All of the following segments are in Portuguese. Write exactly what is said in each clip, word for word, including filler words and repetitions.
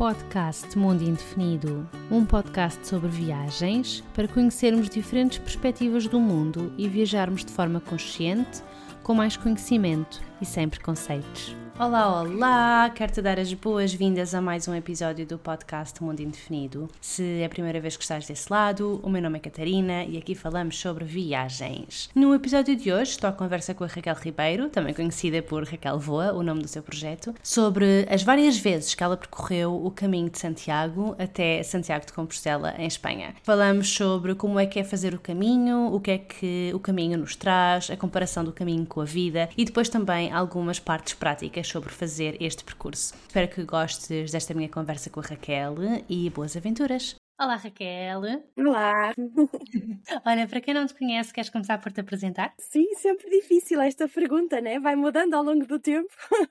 Podcast Mundo Indefinido, um podcast sobre viagens para conhecermos diferentes perspectivas do mundo e viajarmos de forma consciente, com mais conhecimento e sem preconceitos. Olá, olá! Quero-te dar as boas-vindas a mais um episódio do podcast Mundo Indefinido. Se é a primeira vez que estás desse lado, o meu nome é Catarina e aqui falamos sobre viagens. No episódio de hoje estou à conversa com a Raquel Ribeiro, também conhecida por Raquel Voa, o nome do seu projeto, sobre as várias vezes que ela percorreu o caminho de Santiago até Santiago de Compostela, em Espanha. Falamos sobre como é que é fazer o caminho, o que é que o caminho nos traz, a comparação do caminho com a vida e depois também algumas partes práticas sobre fazer este percurso. Espero que gostes desta minha conversa com a Raquel e boas aventuras! Olá, Raquel! Olá! Olha, para quem não te conhece, queres começar por te apresentar? Sim, sempre difícil esta pergunta, né? Vai mudando ao longo do tempo.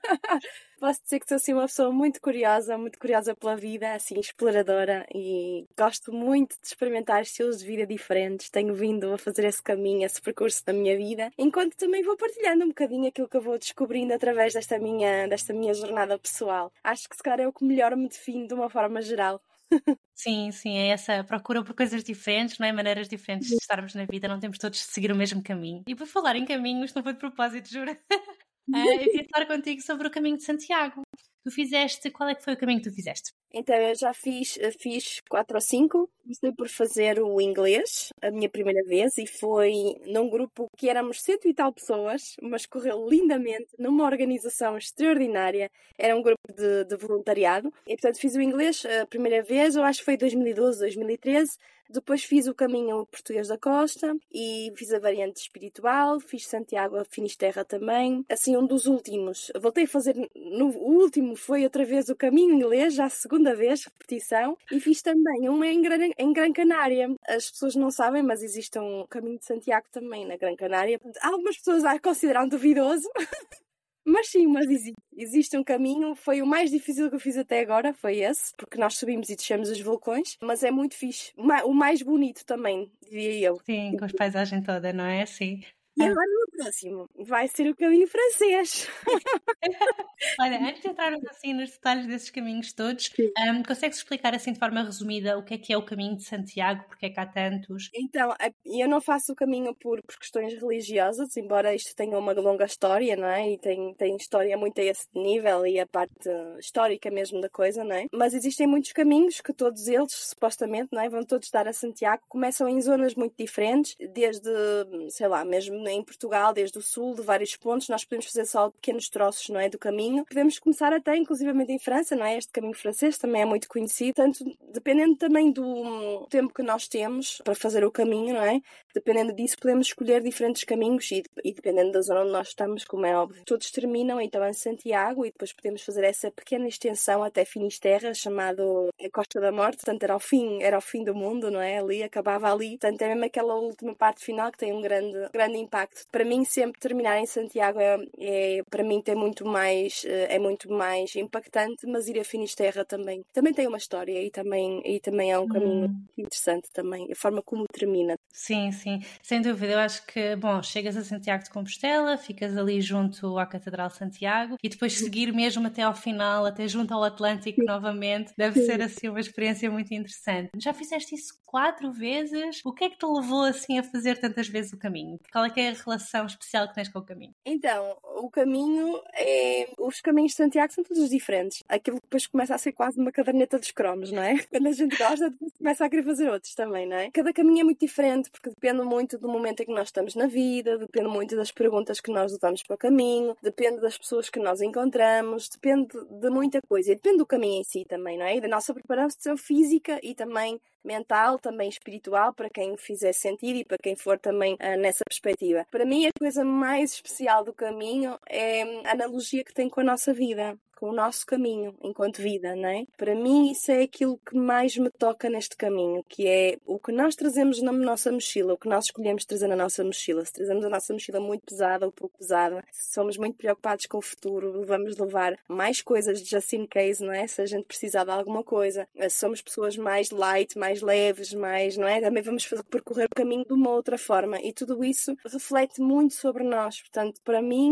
Posso dizer que sou assim, uma pessoa muito curiosa, muito curiosa pela vida, assim, exploradora, e gosto muito de experimentar estilos de vida diferentes. Tenho vindo a fazer esse caminho, esse percurso da minha vida, enquanto também vou partilhando um bocadinho aquilo que eu vou descobrindo através desta minha, desta minha jornada pessoal. Acho que se calhar é o que melhor me define de uma forma geral. Sim, sim, é essa procura por coisas diferentes, não é? Maneiras diferentes de estarmos na vida, não temos todos de seguir o mesmo caminho. E por falar em caminhos, não foi de propósito, juro. Ah, eu queria falar contigo sobre o caminho de Santiago. Tu fizeste, qual é que foi o caminho que tu fizeste? Então, eu já fiz, fiz quatro ou cinco. Comecei por fazer o inglês, a minha primeira vez, e foi num grupo que éramos cento e tal pessoas, mas correu lindamente, numa organização extraordinária. Era um grupo de, de voluntariado. E, portanto, fiz o inglês a primeira vez, eu acho que foi em dois mil e doze, dois mil e treze. Depois fiz o caminho português da costa e fiz a variante espiritual, fiz Santiago a Finisterra também. Assim, um dos últimos. Voltei a fazer, no, o último foi outra vez o caminho inglês, já a segunda vez, repetição. E fiz também um em Gran, em Gran Canária. As pessoas não sabem, mas existe um caminho de Santiago também na Gran Canária. Algumas pessoas a consideram duvidoso. Mas sim, mas existe, existe um caminho, foi o mais difícil que eu fiz até agora, foi esse, porque nós subimos e descemos os vulcões, mas é muito fixe, o mais bonito também, diria eu. Sim, com a paisagem toda, não é? Sim. E agora no próximo vai ser o caminho francês. Olha, antes de entrarmos assim nos detalhes desses caminhos todos, um, consegues explicar assim de forma resumida o que é que é o caminho de Santiago, porque é que há tantos? Então, eu não faço o caminho por, por questões religiosas, embora isto tenha uma longa história, não é? E tem, tem história muito a esse nível e a parte histórica mesmo da coisa, não é? Mas existem muitos caminhos que todos eles, supostamente, não é? Vão todos dar a Santiago, começam em zonas muito diferentes, desde, sei lá, mesmo em Portugal, desde o sul, de vários pontos, nós podemos fazer só pequenos troços, não é? Do caminho. Podemos começar até, inclusivamente, em França, não é? Este caminho francês também é muito conhecido. Portanto, dependendo também do tempo que nós temos para fazer o caminho, não é? Dependendo disso, podemos escolher diferentes caminhos e, e dependendo da zona onde nós estamos, como é óbvio. Todos terminam, então, em Santiago e depois podemos fazer essa pequena extensão até Finisterra, chamado a Costa da Morte. Portanto, era o fim, era o fim do mundo, não é? Ali, acabava ali. Portanto, é mesmo aquela última parte final que tem um grande, grande impacto. Para mim, sempre terminar em Santiago é, é para mim tem muito mais, é muito mais impactante, mas ir a Finisterra também. Também tem uma história e também, e também é um caminho hum. interessante também, a forma como termina. Sim, sim, sem dúvida. Eu acho que, bom, chegas a Santiago de Compostela, ficas ali junto à Catedral de Santiago e depois seguir mesmo até ao final, até junto ao Atlântico sim. novamente, deve sim. ser assim uma experiência muito interessante. Já fizeste isso quatro vezes? O que é que te levou assim a fazer tantas vezes o caminho? Qual é que é a relação especial que tens com o caminho? Então, o caminho é... Os caminhos de Santiago são todos diferentes. Aquilo que depois começa a ser quase uma caderneta dos cromos, não é? Quando a gente gosta, depois começa a querer fazer outros também, não é? Cada caminho é muito diferente, porque depende muito do momento em que nós estamos na vida, depende muito das perguntas que nós levamos para o caminho, depende das pessoas que nós encontramos, depende de muita coisa. E depende do caminho em si também, não é? E da nossa preparação física e também mental, também espiritual, para quem fizer sentido e para quem for também uh, nessa perspectiva. Para mim, a coisa mais especial do caminho é a analogia que tem com a nossa vida, com o nosso caminho enquanto vida, não é? Para mim isso é aquilo que mais me toca neste caminho, que é o que nós trazemos na nossa mochila, o que nós escolhemos trazer na nossa mochila. Se trazemos a nossa mochila muito pesada ou pouco pesada, se somos muito preocupados com o futuro, vamos levar mais coisas de just in case, não é? Se a gente precisar de alguma coisa. Se somos pessoas mais light, mais leves, mais, não é? Também vamos percorrer o caminho de uma outra forma e tudo isso reflete muito sobre nós. Portanto, para mim,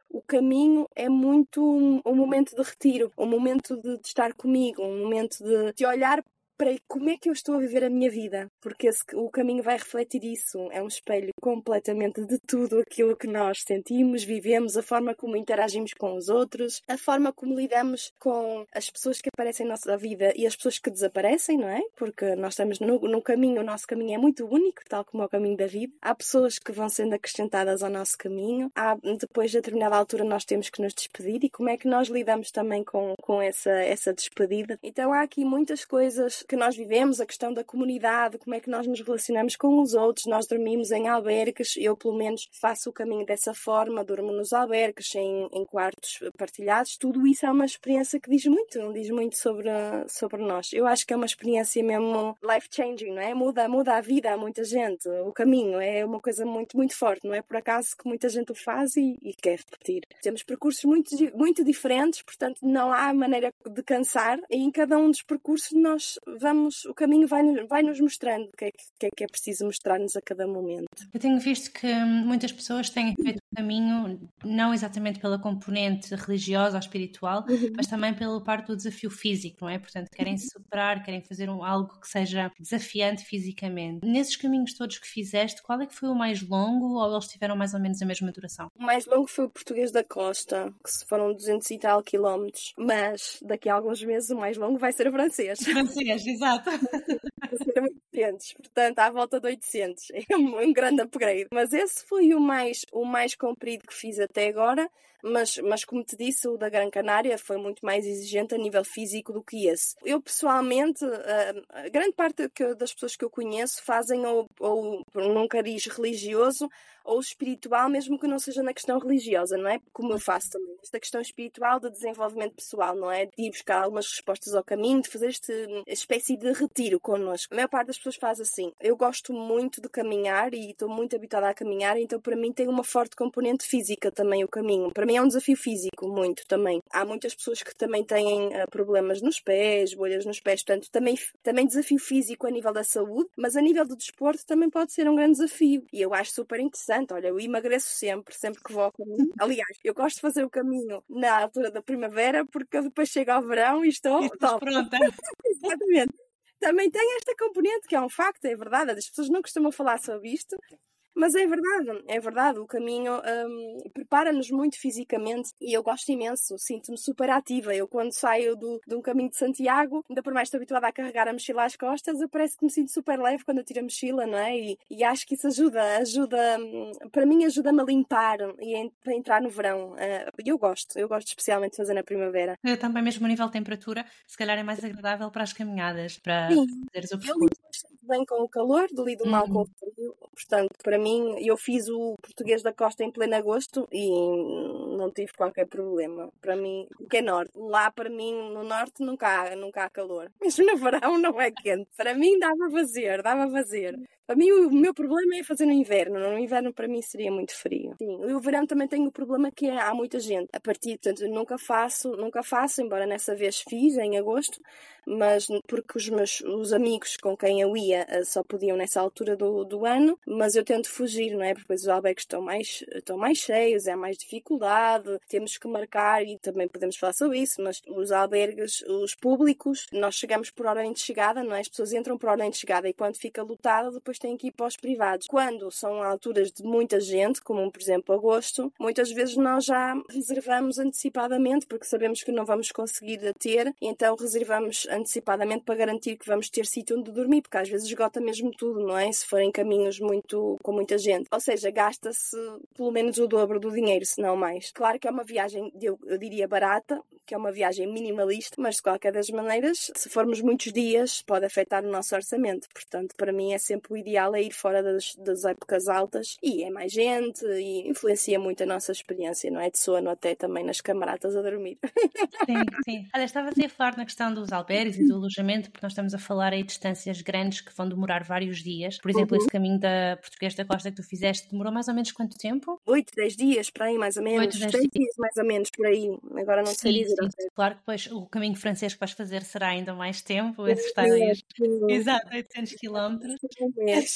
o caminho é muito um, um momento de retiro, um momento de, de estar comigo, um momento de, de olhar para como é que eu estou a viver a minha vida, porque esse, o caminho vai refletir isso, é um espelho completamente de tudo aquilo que nós sentimos, vivemos, a forma como interagimos com os outros, a forma como lidamos com as pessoas que aparecem na nossa vida e as pessoas que desaparecem, não é? Porque nós estamos no, no caminho, o nosso caminho é muito único, tal como é o caminho da vida. Há pessoas que vão sendo acrescentadas ao nosso caminho, há, depois de determinada altura nós temos que nos despedir e como é que nós lidamos também com, com essa, essa despedida. Então há aqui muitas coisas que nós vivemos, a questão da comunidade, como é que nós nos relacionamos com os outros, nós dormimos em albergues, eu pelo menos faço o caminho dessa forma, durmo nos albergues, em, em quartos partilhados, tudo isso é uma experiência que diz muito, diz muito sobre, sobre nós. Eu acho que é uma experiência mesmo life-changing, não é? Muda, muda a vida a muita gente, o caminho é uma coisa muito, muito forte, não é por acaso que muita gente o faz e, e quer repetir. Temos percursos muito, muito diferentes, portanto não há maneira de cansar e em cada um dos percursos nós vamos, o caminho vai, vai nos mostrando o que é que, é que é preciso mostrar-nos a cada momento. Eu tenho visto que muitas pessoas têm feito o caminho não exatamente pela componente religiosa ou espiritual, uhum. mas também pela parte do desafio físico, não é? Portanto, querem se superar, querem fazer um, algo que seja desafiante fisicamente. Nesses caminhos todos que fizeste, qual é que foi o mais longo ou eles tiveram mais ou menos a mesma duração? O mais longo foi o Português da Costa, que foram duzentos e tal quilómetros, mas daqui a alguns meses o mais longo vai ser o francês. Francês, exato. Vai ser oitocentos, portanto, à volta de oitocentos. É um, um grande upgrade. Mas esse foi o mais, o mais comprido que fiz até agora. Mas, mas como te disse, o da Gran Canária foi muito mais exigente a nível físico do que esse. Eu pessoalmente, a, a grande parte que, das pessoas que eu conheço fazem ou, ou num cariz religioso ou espiritual, mesmo que não seja na questão religiosa, não é? Como eu faço também. Esta questão espiritual de desenvolvimento pessoal, não é? De ir buscar algumas respostas ao caminho, de fazer esta espécie de retiro connosco. A maior parte das pessoas faz assim. Eu gosto muito de caminhar e estou muito habituada a caminhar, então para mim tem uma forte componente física também o caminho. Para mim é um desafio físico, muito também. Há muitas pessoas que também têm uh, problemas nos pés, bolhas nos pés, portanto também, também desafio físico a nível da saúde, mas a nível do desporto também pode ser um grande desafio. E eu acho super interessante. Olha, eu emagreço sempre, sempre que vou ao caminho. Aliás, eu gosto de fazer o caminho na altura da primavera, porque depois chego ao verão e estou e top. Pronta. Exatamente. Também tem esta componente, que é um facto, é verdade. As pessoas não costumam falar sobre isto, mas é verdade, é verdade, o caminho um, prepara-nos muito fisicamente e eu gosto imenso, sinto-me super ativa. Eu quando saio do, de um caminho de Santiago, ainda por mais estou habituada a carregar a mochila às costas, eu parece que me sinto super leve quando eu tiro a mochila, não é? E, e acho que isso ajuda, ajuda, para mim ajuda-me a limpar e a entrar no verão. E eu gosto, eu gosto especialmente de fazer na primavera. Eu também, mesmo a nível de temperatura, se calhar é mais agradável para as caminhadas, para Sim, fazeres o percurso. Eu lido bastante bem com o calor, lido mal uhum. com o frio, portanto, para mim, eu fiz o Português da Costa em pleno agosto e não tive qualquer problema. Para mim, porque é norte. Lá, para mim, no norte, nunca há, nunca há calor. Mesmo no verão não é quente. Para mim, dava a fazer, dava a fazer. Para mim, o meu problema é fazer no inverno. No inverno, para mim, seria muito frio. Sim, e o verão também tem o problema que é, há muita gente. A partir, portanto, eu nunca faço, nunca faço, embora nessa vez fiz, em agosto, mas porque os meus os amigos com quem eu ia só podiam nessa altura do, do ano, mas eu tento fugir, não é? Porque depois os albergues estão mais, estão mais cheios, é mais dificuldade, temos que marcar e também podemos falar sobre isso, mas os albergues, os públicos, nós chegamos por ordem de chegada, não é? As pessoas entram por ordem de chegada e quando fica lotado, depois têm que ir para os privados. Quando são alturas de muita gente, como por exemplo agosto, muitas vezes nós já reservamos antecipadamente, porque sabemos que não vamos conseguir ter, e então reservamos antecipadamente para garantir que vamos ter sítio onde dormir, porque às vezes esgota mesmo tudo, não é? Se forem caminhos muito, com muita gente. Ou seja, gasta-se pelo menos o dobro do dinheiro, se não mais. Claro que é uma viagem, eu, eu diria barata, que é uma viagem minimalista, mas de qualquer das maneiras, se formos muitos dias, pode afetar o nosso orçamento. Portanto, para mim é sempre o ideal é ir fora das, das épocas altas e é mais gente e influencia muito a nossa experiência, não é? De sono até também nas camaradas a dormir. Sim, sim. Olha, estava a falar na questão dos albergues e do alojamento, porque nós estamos a falar aí de distâncias grandes que vão demorar vários dias. Por exemplo, uhum. esse caminho da Português da Costa que tu fizeste demorou mais ou menos quanto tempo? Oito, dez dias, por aí, mais ou menos. Oito, dez dias. dias, mais ou menos, por aí. Agora não sei dizer. Sim. Claro que depois o caminho francês que vais fazer será ainda mais tempo. Esse está aí. Exato, oitocentos quilómetros.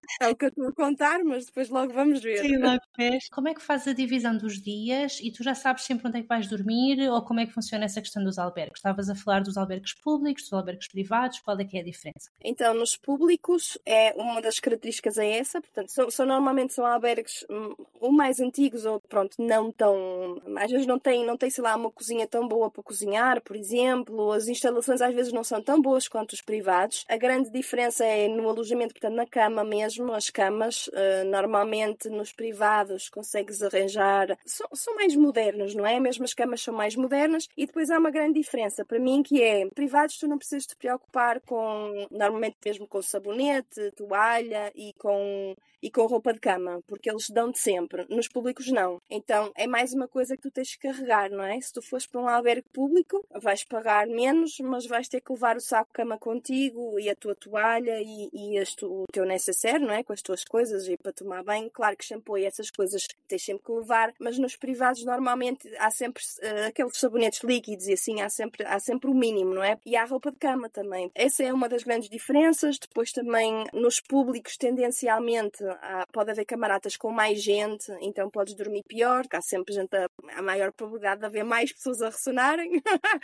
É o que eu estou a contar, mas depois logo vamos ver. Sim, logo vês. Como é que fazes a divisão dos dias e tu já sabes sempre onde é que vais dormir ou como é que funciona essa questão dos albergues? Estavas a falar dos albergues públicos, dos albergues privados, qual é que é a diferença? Então, nos públicos, é uma das características é essa, portanto, são, são normalmente são albergues hum, ou mais antigos ou, pronto, não tão... Às vezes não tem, não tem, sei lá, uma cozinha tão boa para cozinhar, por exemplo, as instalações às vezes não são tão boas quanto os privados. A grande diferença é no alojamento, portanto, na cama mesmo, as camas, uh, normalmente nos privados consegues arranjar, são, são mais modernos, não é? Mesmo as camas são mais modernas e depois há uma grande diferença para mim que é, privados tu não precisas te preocupar com, normalmente mesmo com sabonete, toalha e com, e com roupa de cama, porque eles dão-te sempre. Nos públicos não. Então é mais uma coisa que tu tens que carregar, não é? Se tu fores para um albergue público, vais pagar menos, mas vais ter que levar o saco de cama contigo e a tua toalha e, e este, o teu necessaire, não é? Com as tuas coisas e para tomar banho. Claro que shampoo e essas coisas tens sempre que levar, mas nos privados normalmente há sempre uh, aqueles sabonetes líquidos e assim há sempre, há sempre o mínimo, não é? E há a roupa de cama também. Essa é uma das grandes diferenças. Depois também nos públicos tendencialmente há, pode haver camaradas com mais gente, então podes dormir pior, porque há sempre gente a, a maior probabilidade de haver mais pessoas a ressonarem.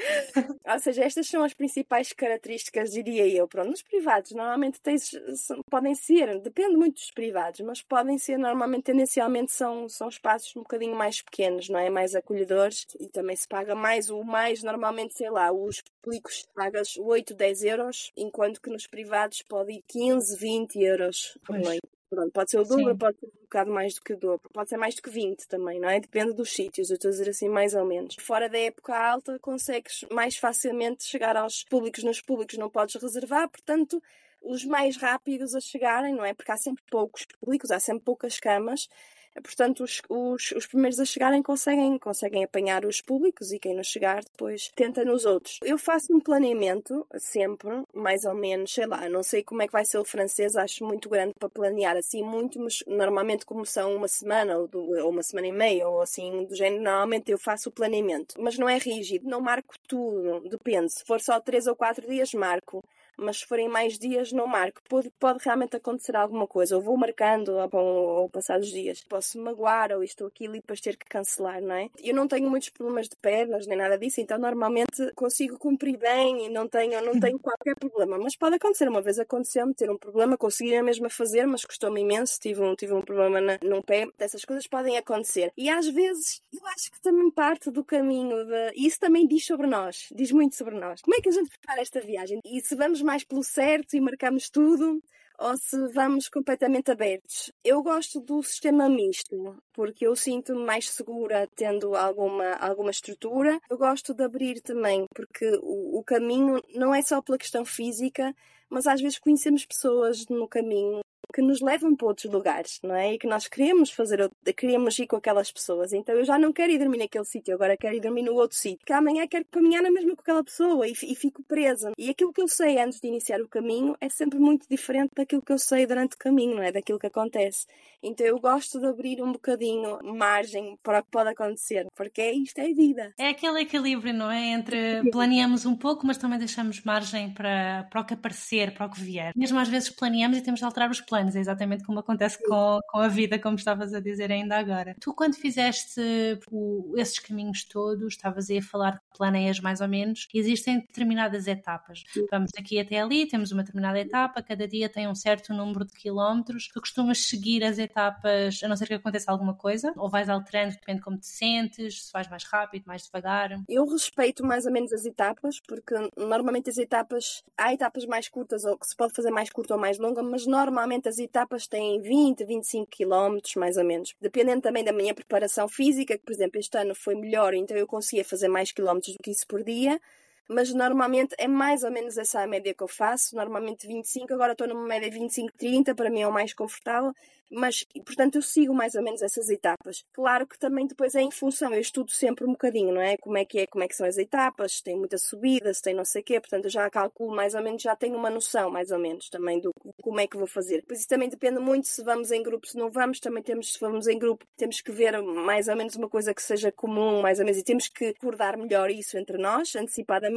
Ou seja, estas são as principais características, diria eu. Pronto, nos privados normalmente tens, podem ser, depende muito dos privados, mas podem ser normalmente, tendencialmente são, são espaços um bocadinho mais pequenos, não é? Mais acolhedores e também se paga mais, o mais normalmente, sei lá, os públicos pagas oito, dez euros, enquanto que nos privados pode ir quinze, vinte euros por noite. Pronto, pode ser o dobro, pode ser um bocado mais do que o dobro, pode ser mais do que vinte também, não é? Depende dos sítios, eu estou a dizer assim mais ou menos. Fora da época alta consegues mais facilmente chegar aos públicos, nos públicos não podes reservar, portanto os mais rápidos a chegarem, não é? Porque há sempre poucos públicos, há sempre poucas camas. Portanto, os, os, os primeiros a chegarem conseguem, conseguem apanhar os públicos e quem não chegar depois tenta nos outros. Eu faço um planeamento sempre, mais ou menos, sei lá, não sei como é que vai ser o francês, acho muito grande para planear assim muito, mas normalmente como são uma semana ou, do, ou uma semana e meia ou assim do género, normalmente eu faço o planeamento. Mas não é rígido, não marco tudo, depende. Se for só três ou quatro dias, marco. Mas se forem mais dias, não marco. Pode, pode realmente acontecer alguma coisa. Ou vou marcando ao, ao passar dos didias. Posso magoar ou isto ou aquilo e depois ter que cancelar, não é? Eu não tenho muitos problemas de pernas nem nada disso, então normalmente consigo cumprir bem e não tenho, não tenho qualquer problema. Mas pode acontecer. Uma vez aconteceu-me ter um problema, consegui a mesma fazer, mas custou-me imenso. Tive um, tive um problema na, num pé. Essas coisas podem acontecer. E às vezes, eu acho que também parte do caminho de... E isso também diz sobre nós. Diz muito sobre nós. Como é que a gente prepara esta viagem? E se vamos mais pelo certo e marcamos tudo, ou se vamos completamente abertos. Eu gosto do sistema misto, porque eu sinto-me mais segura tendo alguma, alguma estrutura. Eu gosto de abrir também, porque o, o caminho não é só pela questão física, mas às vezes conhecemos pessoas no caminho que nos levam para outros lugares, não é? E que nós queremos fazer, queremos ir com aquelas pessoas. Então eu já não quero ir dormir naquele sítio, agora quero ir dormir no outro sítio. Que amanhã quero caminhar na mesma com aquela pessoa e, e fico presa. E aquilo que eu sei antes de iniciar o caminho é sempre muito diferente daquilo que eu sei durante o caminho, não é? Daquilo que acontece. Então eu gosto de abrir um bocadinho margem para o que pode acontecer, porque isto é vida. É aquele equilíbrio, não é? Entre planeamos um pouco, mas também deixamos margem para, para o que aparecer, para o que vier. Mesmo às vezes planeamos e temos de alterar os planos, é exatamente como acontece com, com a vida, como estavas a dizer ainda agora. Tu, quando fizeste o, esses caminhos todos, estavas aí a falar que planeias mais ou menos, existem determinadas etapas. Vamos daqui até ali, temos uma determinada etapa, cada dia tem um certo número de quilómetros. Tu costumas seguir as etapas, a não ser que aconteça alguma coisa, ou vais alterando, depende de como te sentes, se vais mais rápido, mais devagar? Eu respeito mais ou menos as etapas, porque normalmente as etapas, há etapas mais curtas, ou que se pode fazer mais curta ou mais longa, mas normalmente as etapas têm vinte, vinte e cinco quilómetros, mais ou menos. Dependendo também da minha preparação física, que por exemplo este ano foi melhor, então eu conseguia fazer mais quilómetros do que isso por dia, mas normalmente é mais ou menos essa a média que eu faço, normalmente vinte e cinco, agora estou numa média vinte e cinco, trinta, para mim é o mais confortável, mas, portanto, eu sigo mais ou menos essas etapas. Claro que também depois é em função, eu estudo sempre um bocadinho, não é? Como é que é, como é que são as etapas, se tem muita subida, se tem não sei o quê, portanto, eu já calculo mais ou menos, já tenho uma noção, mais ou menos, também do como é que vou fazer. Pois isso também depende muito se vamos em grupo, se não vamos, também temos, se vamos em grupo, temos que ver mais ou menos uma coisa que seja comum, mais ou menos, e temos que acordar melhor isso entre nós, antecipadamente.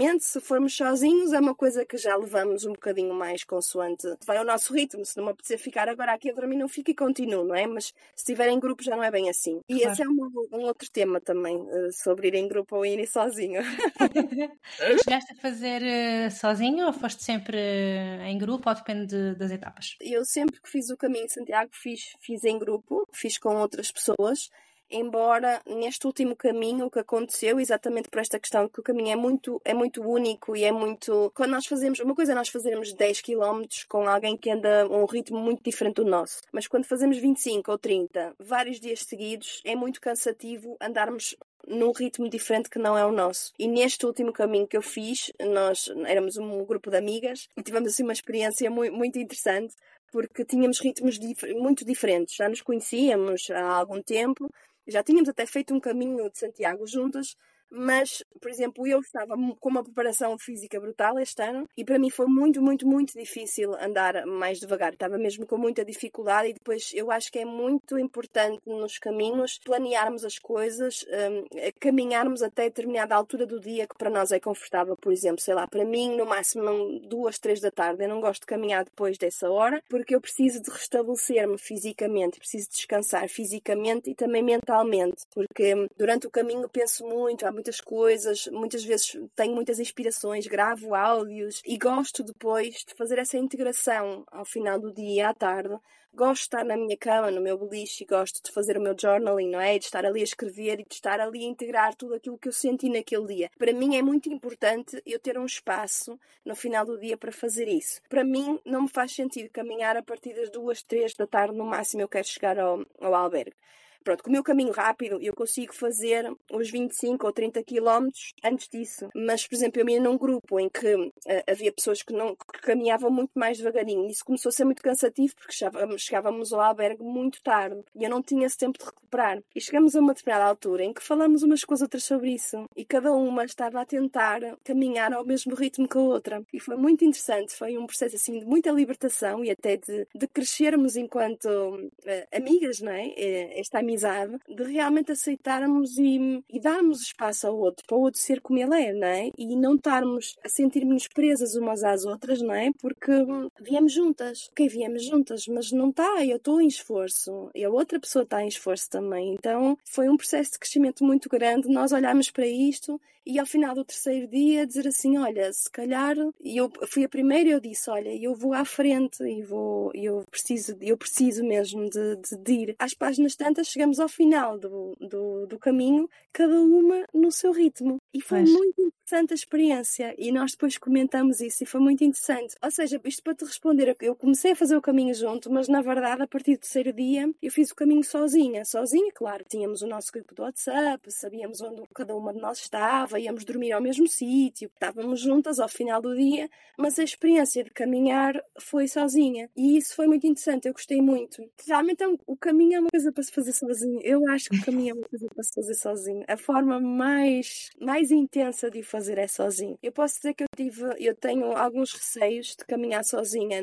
Obviamente, se formos sozinhos, é uma coisa que já levamos um bocadinho mais consoante. Vai ao nosso ritmo. Se não me apetecer ficar agora aqui a dormir, não fico e continuo, não é? Mas se estiver em grupo já não é bem assim. E claro. Esse é um, um outro tema também, sobre ir em grupo ou ir sozinho. Chegaste a fazer uh, sozinho ou foste sempre uh, em grupo ou depende das etapas? Eu sempre que fiz o caminho de Santiago fiz, fiz em grupo, fiz com outras pessoas. Embora neste último caminho o que aconteceu, exatamente por esta questão que o caminho é muito, é muito único e é muito... Quando nós fazemos... Uma coisa é nós fazermos dez quilómetros com alguém que anda a um ritmo muito diferente do nosso. Mas quando fazemos vinte e cinco ou trinta, vários dias seguidos, é muito cansativo andarmos num ritmo diferente que não é o nosso. E neste último caminho que eu fiz, nós éramos um grupo de amigas e tivemos assim uma experiência muito, muito interessante, porque tínhamos ritmos dif- muito diferentes. Já nos conhecíamos há algum tempo, já tínhamos até feito um caminho de Santiago juntas, mas, por exemplo, eu estava com uma preparação física brutal este ano e para mim foi muito, muito, muito difícil andar mais devagar. Estava mesmo com muita dificuldade e depois eu acho que é muito importante nos caminhos planearmos as coisas, um, caminharmos até determinada altura do dia que para nós é confortável. Por exemplo, sei lá, para mim no máximo duas, três da tarde. Eu não gosto de caminhar depois dessa hora porque eu preciso de restabelecer-me fisicamente, preciso descansar fisicamente e também mentalmente, porque durante o caminho penso muito, há muitas coisas, muitas vezes tenho muitas inspirações, gravo áudios e gosto depois de fazer essa integração ao final do dia, à tarde. Gosto de estar na minha cama, no meu beliche, gosto de fazer o meu journaling, não é? De estar ali a escrever e de estar ali a integrar tudo aquilo que eu senti naquele dia. Para mim é muito importante eu ter um espaço no final do dia para fazer isso. Para mim não me faz sentido caminhar a partir das duas, três da tarde, no máximo eu quero chegar ao, ao albergue. Pronto, com o meu caminho rápido eu consigo fazer os vinte e cinco ou trinta quilómetros antes disso. Mas, por exemplo, eu ia num grupo em que uh, havia pessoas que, não, que caminhavam muito mais devagarinho. Isso começou a ser muito cansativo porque chegávamos, chegávamos ao albergue muito tarde e eu não tinha esse tempo de recuperar. E chegamos a uma determinada altura em que falamos umas com as outras sobre isso e cada uma estava a tentar caminhar ao mesmo ritmo que a outra. E foi muito interessante, foi um processo assim de muita libertação e até de, de crescermos enquanto uh, amigas, não é? Esta amizade de realmente aceitarmos e, e darmos espaço ao outro, para o outro ser como ele é, não é? E não estarmos a sentir-nos presas umas às outras, não é? Porque viemos juntas, ok, viemos juntas, mas não está, eu estou em esforço e a outra pessoa está em esforço também. Então foi um processo de crescimento muito grande, nós olharmos para isto e ao final do terceiro dia dizer assim, olha, se calhar, e eu fui a primeira e eu disse, olha, eu vou à frente e vou, eu preciso, eu preciso mesmo de, de, de ir. Às páginas tantas chegamos ao final do, do, do caminho, cada uma no seu ritmo. E foi Mas... muito interessante a experiência e nós depois comentamos isso e foi muito interessante. Ou seja, isto para te responder, eu comecei a fazer o caminho junto, mas na verdade a partir do terceiro dia eu fiz o caminho sozinha. Sozinha, claro, tínhamos o nosso grupo do WhatsApp, sabíamos onde cada uma de nós estava, íamos dormir ao mesmo sítio, estávamos juntas ao final do dia, mas a experiência de caminhar foi sozinha. E isso foi muito interessante, eu gostei muito. Realmente o caminho é uma coisa para se fazer sozinho. Eu acho que o caminho é uma coisa para se fazer sozinho. A forma mais, mais intensa de fazer é sozinho. Eu posso dizer que eu tive, eu tenho alguns receios de caminhar sozinha,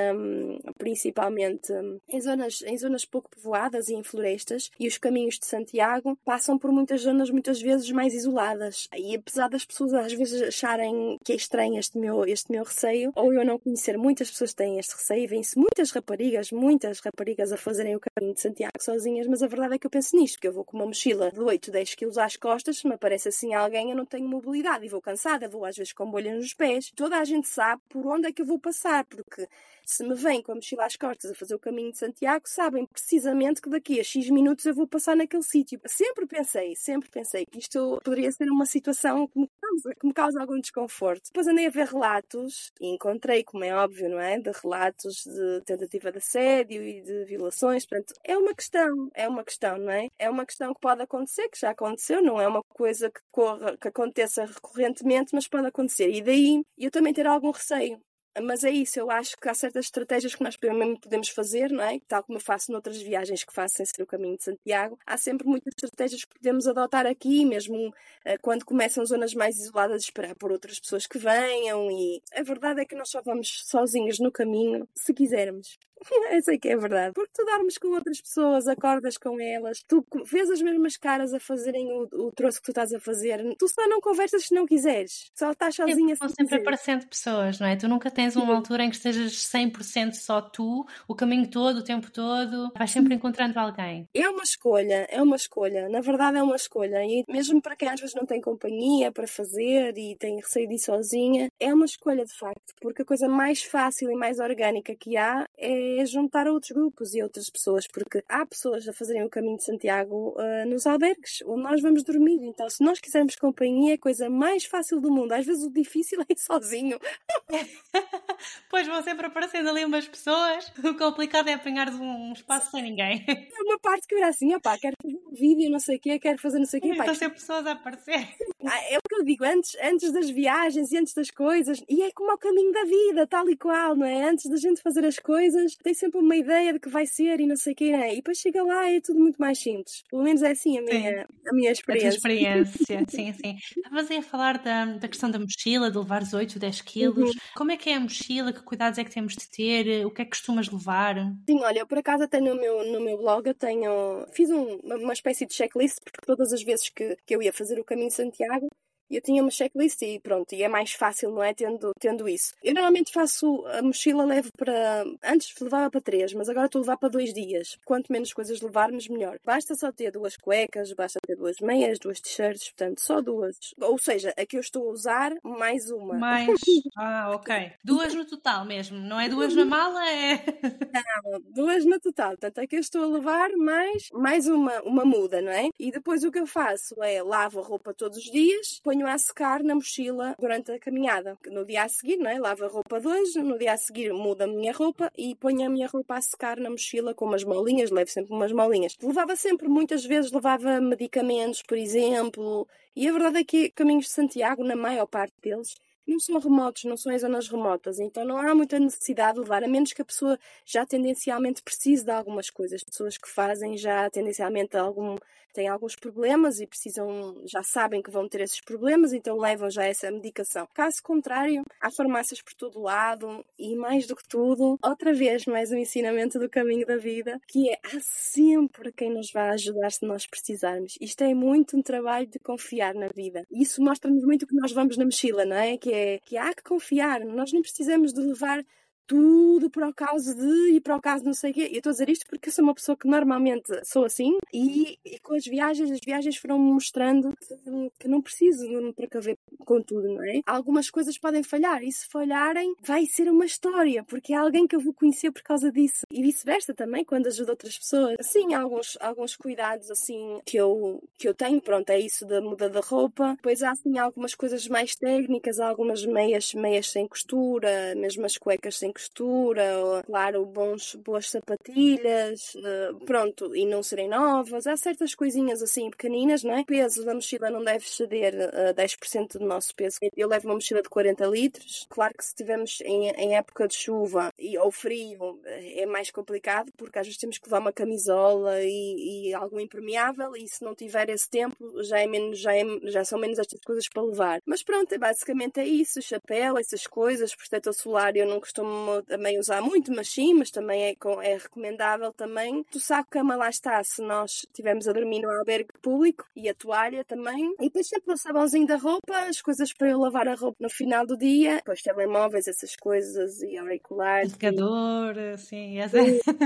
na, principalmente em zonas, em zonas pouco povoadas e em florestas, e os caminhos de Santiago passam por muitas zonas muitas vezes mais isoladas. E apesar das pessoas às vezes acharem que é estranho este meu, este meu receio, ou eu não conhecer muitas pessoas que têm este receio, vêm-se muitas raparigas, muitas raparigas a fazerem o caminho de Santiago sozinhas, mas a verdade é que eu penso nisto, que eu vou com uma mochila de oito, dez quilos às costas, se me aparece assim alguém, eu não tenho mobilidade e vou cansada, vou às vezes com bolhas nos pés. Toda a gente sabe por onde é que eu vou passar, porque se me vêm com a mochila às costas a fazer o caminho de Santiago, sabem precisamente que daqui a X minutos eu vou passar naquele sítio. Sempre pensei, sempre pensei que isto poderia ser uma situação que me causa, que me causa algum desconforto. Depois andei a ver relatos e encontrei, como é óbvio, não é? De relatos de tentativa de assédio e de violações. Portanto, é uma questão, é uma questão, não é? É uma questão que pode acontecer, que já aconteceu, não é uma coisa que, corra, que aconteça recorrentemente, mas pode acontecer. E daí eu também ter algum receio. Mas é isso, eu acho que há certas estratégias que nós mesmo podemos fazer, não é? Tal como eu faço noutras viagens que faço sem ser o caminho de Santiago, há sempre muitas estratégias que podemos adotar aqui, mesmo uh, quando começam zonas mais isoladas, esperar por outras pessoas que venham, e a verdade é que nós só vamos sozinhos no caminho se quisermos. Eu sei que é verdade. Porque tu dormes com outras pessoas, acordas com elas, tu vês as mesmas caras a fazerem o, o troço que tu estás a fazer. Tu só não conversas se não quiseres. Só estás sozinha se Vão não sempre quiseres. aparecendo pessoas, não é? Tu nunca tens uma altura em que estejas cem por cento só tu, o caminho todo, o tempo todo. Vais sempre encontrando alguém. É uma escolha, é uma escolha. Na verdade é uma escolha. E mesmo para quem às vezes não tem companhia para fazer e tem receio de ir sozinha, é uma escolha de facto. Porque a coisa mais fácil e mais orgânica que há é juntar a outros grupos e outras pessoas. Porque há pessoas a fazerem o caminho de Santiago uh, nos albergues, onde nós vamos dormir. Então se nós quisermos companhia, é a coisa mais fácil do mundo. Às vezes o difícil é ir sozinho. Pois vão sempre aparecendo ali umas pessoas. O complicado é apanhar um espaço sem ninguém. É uma parte que eu era assim, opá, quero fazer um vídeo, não sei o quê, quero fazer não sei o quê. Estão sempre pessoas a aparecer. É o que eu digo, antes, antes das viagens e antes das coisas, e é como ao caminho da vida, tal e qual, não é? Antes da gente fazer as coisas, tem sempre uma ideia de que vai ser e não sei o quê, não é? E depois chega lá e é tudo muito mais simples. Pelo menos é assim a minha, a minha experiência. A tua experiência, sim, sim. Estavas aí a falar da, da questão da mochila, de levares oito, dez quilos. Uhum. Como é que é a mochila? Que cuidados é que temos de ter? O que é que costumas levar? Sim, olha, eu por acaso até no meu, no meu blog eu tenho, fiz um, uma, uma espécie de checklist, porque todas as vezes que, que eu ia fazer o caminho de Santiago, eu tinha uma checklist e pronto, e é mais fácil, não é? Tendo, tendo isso. Eu normalmente faço a mochila, levo para... Antes levava para três, mas agora estou a levar para dois dias. Quanto menos coisas levarmos, melhor. Basta só ter duas cuecas, basta ter duas meias, duas t-shirts, portanto, só duas. Ou seja, a que eu estou a usar, mais uma. Mais... Ah, ok. Duas no total mesmo, não é duas na mala, é... Não, duas no total. Portanto, a que eu estou a levar, mais, mais uma, uma muda, não é? E depois o que eu faço é lavo a roupa todos os dias, ponho a secar na mochila durante a caminhada. No dia a seguir, não é? Lavo a roupa de hoje, no dia a seguir mudo a minha roupa e ponho a minha roupa a secar na mochila com umas molinhas, levo sempre umas molinhas. Levava sempre, muitas vezes levava medicamentos, por exemplo, e a verdade é que caminhos de Santiago, na maior parte deles, não são remotos, não são em zonas remotas, então não há muita necessidade de levar, a menos que a pessoa já tendencialmente precise de algumas coisas. Pessoas que fazem já tendencialmente algum, têm alguns problemas e precisam, já sabem que vão ter esses problemas, então levam já essa medicação. Caso contrário, há farmácias por todo lado e mais do que tudo, outra vez mais um ensinamento do caminho da vida, que é há sempre quem nos vai ajudar se nós precisarmos. Isto é muito um trabalho de confiar na vida. E isso mostra-nos muito o que nós vamos na mochila, não é? Que é que há que confiar, nós não precisamos de levar tudo para o caso de e para o caso não sei o quê. Eu estou a dizer isto porque eu sou uma pessoa que normalmente sou assim e, e com as viagens, as viagens foram-me mostrando que, que não preciso me precaver com tudo, não é? Algumas coisas podem falhar e se falharem vai ser uma história, porque é alguém que eu vou conhecer por causa disso. E vice-versa também, quando ajudo outras pessoas. Sim, há alguns, alguns cuidados assim que eu, que eu tenho, pronto, é isso da muda da roupa. Depois há assim algumas coisas mais técnicas, algumas meias, meias sem costura, mesmo as cuecas sem costura, ou, claro, bons, boas sapatilhas, uh, pronto, e não serem novas. Há certas coisinhas assim pequeninas, não é? O peso da mochila não deve exceder uh, dez por cento do nosso peso. Eu levo uma mochila de quarenta litros. Claro que se estivermos em, em época de chuva e, ou frio é mais complicado, porque às vezes temos que levar uma camisola e, e algo impermeável, e se não tiver esse tempo já, é menos, já, é, já são menos estas coisas para levar. Mas pronto, basicamente é isso, chapéu, essas coisas, protetor solar eu não costumo também usar muito, mas sim, mas também é, é recomendável também. O saco de cama lá está, se nós estivermos a dormir no albergue público, e a toalha também. E depois sempre o sabãozinho da roupa, as coisas para eu lavar a roupa no final do dia, depois telemóveis, essas coisas, e auriculares. Secador, assim, essa...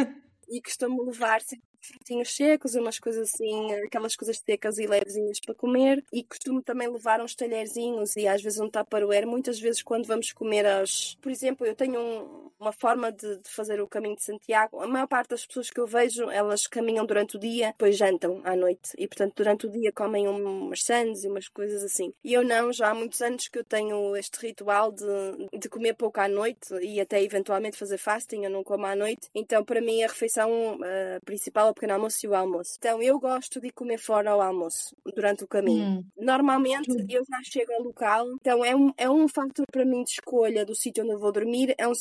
E costumo levar sempre frutinhos secos, umas coisas assim, aquelas coisas secas e levezinhas para comer. E costumo também levar uns talherzinhos e às vezes um tupperware. Muitas vezes quando vamos comer aos... Por exemplo, eu tenho um, uma forma de, de fazer o caminho de Santiago. A maior parte das pessoas que eu vejo, elas caminham durante o dia, depois jantam à noite. E portanto durante o dia comem umas sandes e umas coisas assim. E eu não, já há muitos anos que eu tenho este ritual de, de comer pouco à noite e até eventualmente fazer fasting, eu não como à noite. Então para mim a refeição uh, principal o pequeno almoço e o almoço. Então eu gosto de comer fora ao almoço, durante o caminho. Hum. Normalmente eu já chego ao local, então é um, é um fator para mim de escolha do sítio onde eu vou dormir. É um sítio, por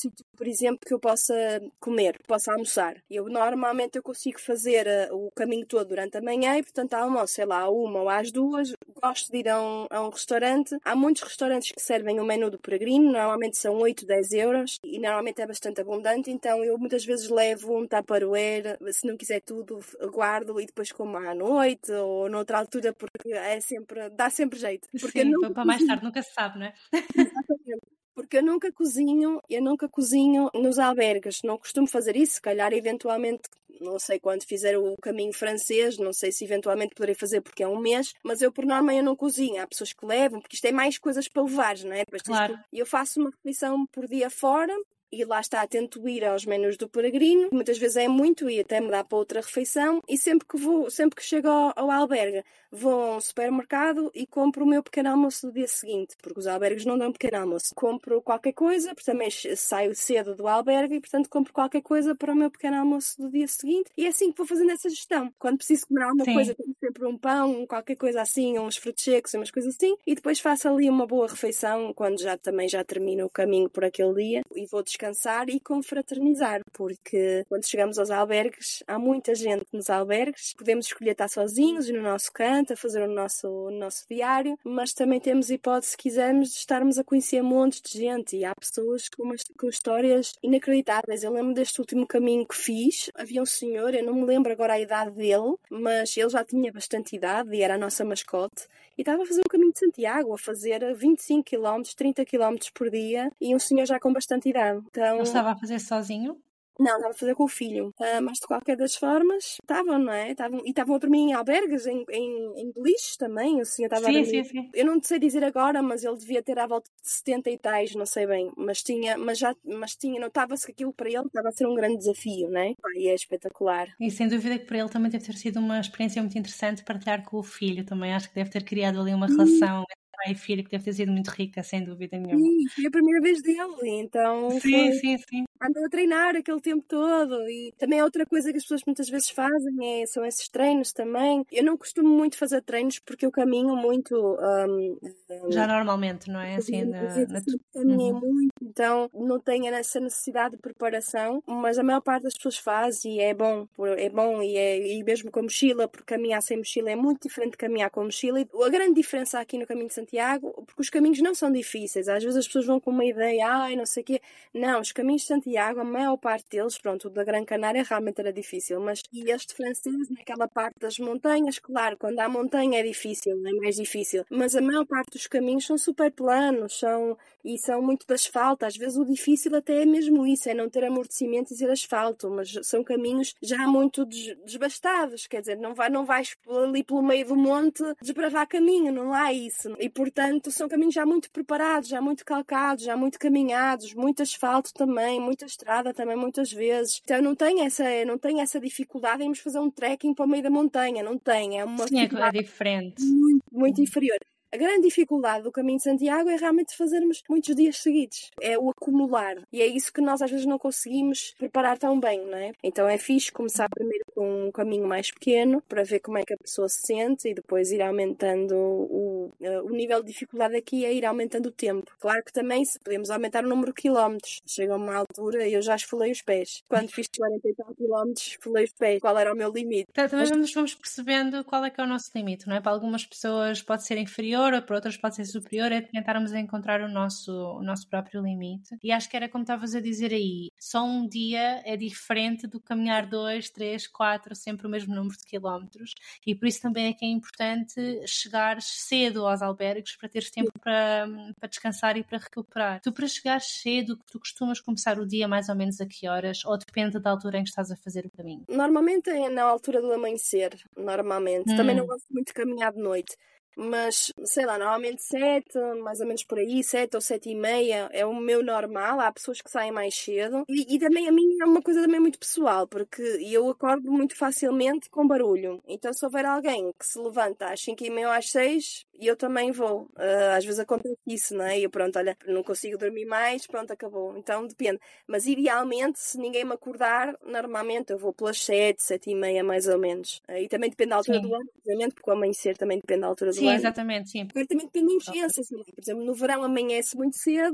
exemplo, que eu possa comer, que possa almoçar. Eu normalmente eu consigo fazer uh, o caminho todo durante a manhã e, portanto, almoço, sei lá, à uma ou às duas. Gosto de ir a um, a um restaurante. Há muitos restaurantes que servem o menu do peregrino, normalmente são oito, dez euros e normalmente é bastante abundante, então eu muitas vezes levo um tupperware, se não quiser tudo, guardo e depois como à noite ou noutra altura, porque é sempre, dá sempre jeito. Porque Sim, nunca... para mais tarde nunca se sabe, não é? Exatamente. Porque eu nunca cozinho, eu nunca cozinho nos albergues, não costumo fazer isso, se calhar eventualmente, não sei quando fizer o caminho francês, não sei se eventualmente poderei fazer porque é um mês, mas eu por norma eu não cozinho, há pessoas que levam, porque isto é mais coisas para levar, não é? Depois claro. Eu faço uma refeição por dia fora, e lá está, tento ir aos menus do peregrino, muitas vezes é muito e até me dá para outra refeição, e sempre que vou, sempre que chego ao, ao albergue, vou a um supermercado e compro o meu pequeno almoço do dia seguinte, porque os albergues não dão pequeno almoço. Compro qualquer coisa, porque também saio cedo do albergue e, portanto, compro qualquer coisa para o meu pequeno almoço do dia seguinte, e é assim que vou fazendo essa gestão. Quando preciso comer alguma Sim. coisa, tenho sempre um pão, qualquer coisa assim, uns frutos secos, umas coisas assim, e depois faço ali uma boa refeição, quando já também já termino o caminho por aquele dia, e vou descansar e confraternizar, porque quando chegamos aos albergues, há muita gente nos albergues, podemos escolher estar sozinhos e no nosso canto, a fazer o nosso, o nosso diário, mas também temos hipótese, se quisermos, de estarmos a conhecer montes de gente, e há pessoas com, umas, com histórias inacreditáveis. Eu lembro deste último caminho que fiz, havia um senhor, eu não me lembro agora a idade dele, mas ele já tinha bastante idade e era a nossa mascote, e estava a fazer o caminho de Santiago, a fazer vinte e cinco quilómetros, trinta quilómetros por dia, e um senhor já com bastante idade. Então, não estava a fazer sozinho? Não, estava a fazer com o filho. Uh, mas de qualquer das formas, estavam, não é? Tavam, e estavam a dormir em albergues, em, em, em beliches também. O senhor estava sim, a dormir. Sim, sim. Eu não sei dizer agora, mas ele devia ter à volta de setenta e tais, não sei bem. Mas tinha, mas já, mas tinha, notava-se que aquilo para ele estava a ser um grande desafio, não é? E é espetacular. E sem dúvida que para ele também deve ter sido uma experiência muito interessante partilhar com o filho. Também acho que deve ter criado ali uma hum. relação pai e filho que deve ter sido muito rica, sem dúvida nenhuma. Sim, foi a primeira vez dele, então sim, foi... sim, sim. Andou a treinar aquele tempo todo, e também é outra coisa que as pessoas muitas vezes fazem, é, são esses treinos também. Eu não costumo muito fazer treinos porque eu caminho muito... Um, um, Já normalmente, não é? Assim, na, na... Caminhei uhum. muito, então não tenho essa necessidade de preparação, mas a maior parte das pessoas faz e é bom, é bom e, é, e mesmo com mochila, porque caminhar sem mochila é muito diferente de caminhar com mochila. E a grande diferença aqui no Caminho de Santiago, porque os caminhos não são difíceis, às vezes as pessoas vão com uma ideia, ai, não sei o quê. Não, os caminhos de Santiago, a maior parte deles, pronto, o da Gran Canária realmente era difícil, mas e este francês, naquela parte das montanhas, claro, quando há montanha é difícil, é mais difícil, mas a maior parte dos caminhos são super planos, são, e são muito de asfalto, às vezes o difícil até é mesmo isso, é não ter amortecimento e ser asfalto, mas são caminhos já muito des- desbastados, quer dizer, não, vai, não vais ali pelo meio do monte desbravar caminho, não há isso, e portanto são caminhos já muito preparados, já muito calcados, já muito caminhados, muito asfalto também, muita estrada também muitas vezes, então não tem essa, não tem essa dificuldade em irmos fazer um trekking para o meio da montanha, não tem, é uma Sim, é diferente, muito, muito inferior. A grande dificuldade do Caminho de Santiago é realmente fazermos muitos dias seguidos. É o acumular. E é isso que nós às vezes não conseguimos preparar tão bem, não é? Então é fixe começar primeiro com um caminho mais pequeno para ver como é que a pessoa se sente e depois ir aumentando o, o nível de dificuldade aqui é ir aumentando o tempo. Claro que também se podemos aumentar o número de quilómetros. Chega uma altura e eu já esfolei os pés. Quando fiz quarenta e tal quilómetros, esfolei os pés. Qual era o meu limite? Então, também vamos, vamos percebendo qual é que é o nosso limite, não é? Para algumas pessoas pode ser inferior, para outras pode ser superior, é tentarmos encontrar o nosso, o nosso próprio limite. E acho que era como estavas a dizer aí, só um dia é diferente do caminhar dois, três, quatro, sempre o mesmo número de quilómetros, e por isso também é que é importante chegares cedo aos albergues para teres tempo para, para descansar e para recuperar. Tu, para chegares cedo, tu costumas começar o dia mais ou menos a que horas, ou depende da altura em que estás a fazer o caminho? Normalmente é na altura do amanhecer, normalmente. Hum. Também não gosto muito de caminhar de noite. Mas, sei lá, normalmente sete, mais ou menos por aí, sete ou sete e meia é o meu normal. Há pessoas que saem mais cedo. E, e também a mim é uma coisa também muito pessoal, porque eu acordo muito facilmente com barulho. Então se houver alguém que se levanta às cinco e meia ou às seis, eu também vou. Uh, às vezes acontece isso, não é? E eu, pronto, olha, não consigo dormir mais, pronto, acabou. Então depende. Mas idealmente, se ninguém me acordar, normalmente eu vou pelas sete, sete e meia mais ou menos. Uh, e também depende da altura sim. do ano, obviamente, porque o amanhecer também depende da altura do sim, ano. Exatamente, sim. Agora também depende da urgência, assim, por exemplo, no verão amanhece muito cedo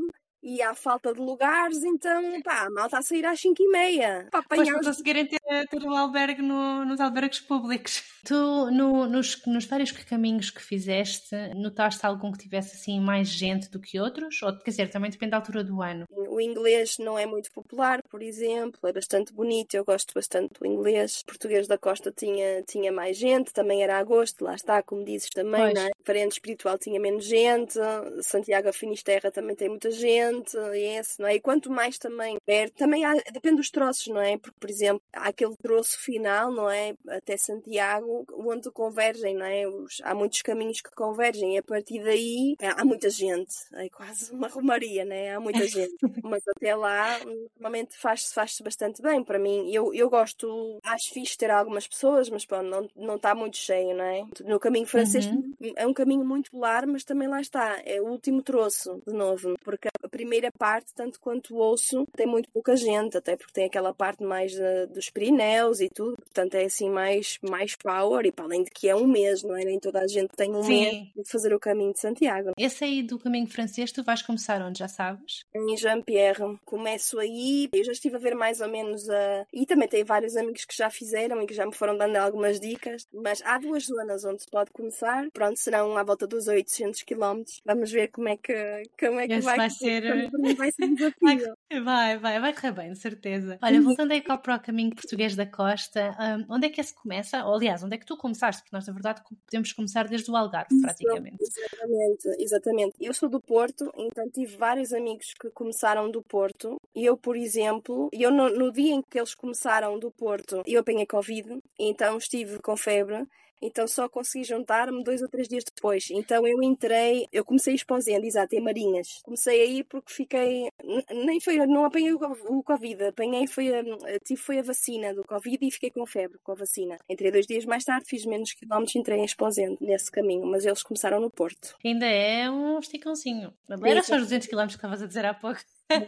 e há falta de lugares, então pá, a malta a sair às cinco e meia. Para Pois, apanhar para os... conseguirem ter, ter um albergue no, nos albergues públicos. Tu, no, nos, nos vários caminhos que fizeste, notaste algum que tivesse assim mais gente do que outros? Ou, quer dizer, também depende da altura do ano. O inglês não é muito popular, por exemplo, é bastante bonito, eu gosto bastante do inglês. O português da Costa tinha, tinha mais gente, também era agosto, lá está, como dizes também, não é? Parente espiritual tinha menos gente, Santiago a Finisterra também tem muita gente, e esse, não é? E quanto mais também perto, também há, depende dos troços, não é? Porque, por exemplo, há aquele troço final, não é? Até Santiago, onde convergem, não é? Os, há muitos caminhos que convergem, e a partir daí há muita gente, é quase uma romaria, não é? Há muita gente. Mas até lá, normalmente faz-se faz bastante bem. Para mim, eu, eu gosto, acho fixe ter algumas pessoas, mas pronto, não, não está muito cheio, não é? No caminho francês uhum. é um caminho muito polar, mas também lá está, é o último troço, de novo, porque a primeira parte, tanto quanto o osso, tem muito pouca gente, até porque tem aquela parte mais uh, dos Pirineus e tudo, portanto é assim mais, mais power, e para além de que é um mês, não é? Nem toda a gente tem um Sim. mês de fazer o caminho de Santiago. Esse aí do caminho francês, tu vais começar onde, já sabes? Em Jean-Pierre. Começo aí, eu já estive a ver mais ou menos a... E também tenho vários amigos que já fizeram e que já me foram dando algumas dicas, mas há duas zonas onde se pode começar. Pronto, serão à volta dos oitocentos quilómetros. Vamos ver como é que, como é que vai, vai ser. Vai ser um desafio. Vai, vai, vai correr bem, de certeza. Olha, voltando aí para o caminho português da Costa, um, onde é que esse começa? Ou, aliás, onde é que tu começaste? Porque nós, na verdade, podemos começar desde o Algarve, praticamente. Exatamente, exatamente. Eu sou do Porto, então tive vários amigos que começaram do Porto. E eu, por exemplo, eu no, no dia em que eles começaram do Porto, eu apanhei Covid, então estive com febre. Então só consegui juntar-me dois ou três dias depois. Então eu entrei, eu comecei a exposendo, exato, em Marinhas. Comecei aí porque fiquei, nem foi, não apanhei o Covid, apanhei, foi a, tive foi a vacina do Covid e fiquei com febre com a vacina. Entrei dois dias mais tarde, fiz menos quilómetros e entrei em exposendo nesse caminho, mas eles começaram no Porto. Ainda é um esticãozinho. Era só os duzentos quilómetros que estavas a dizer há pouco.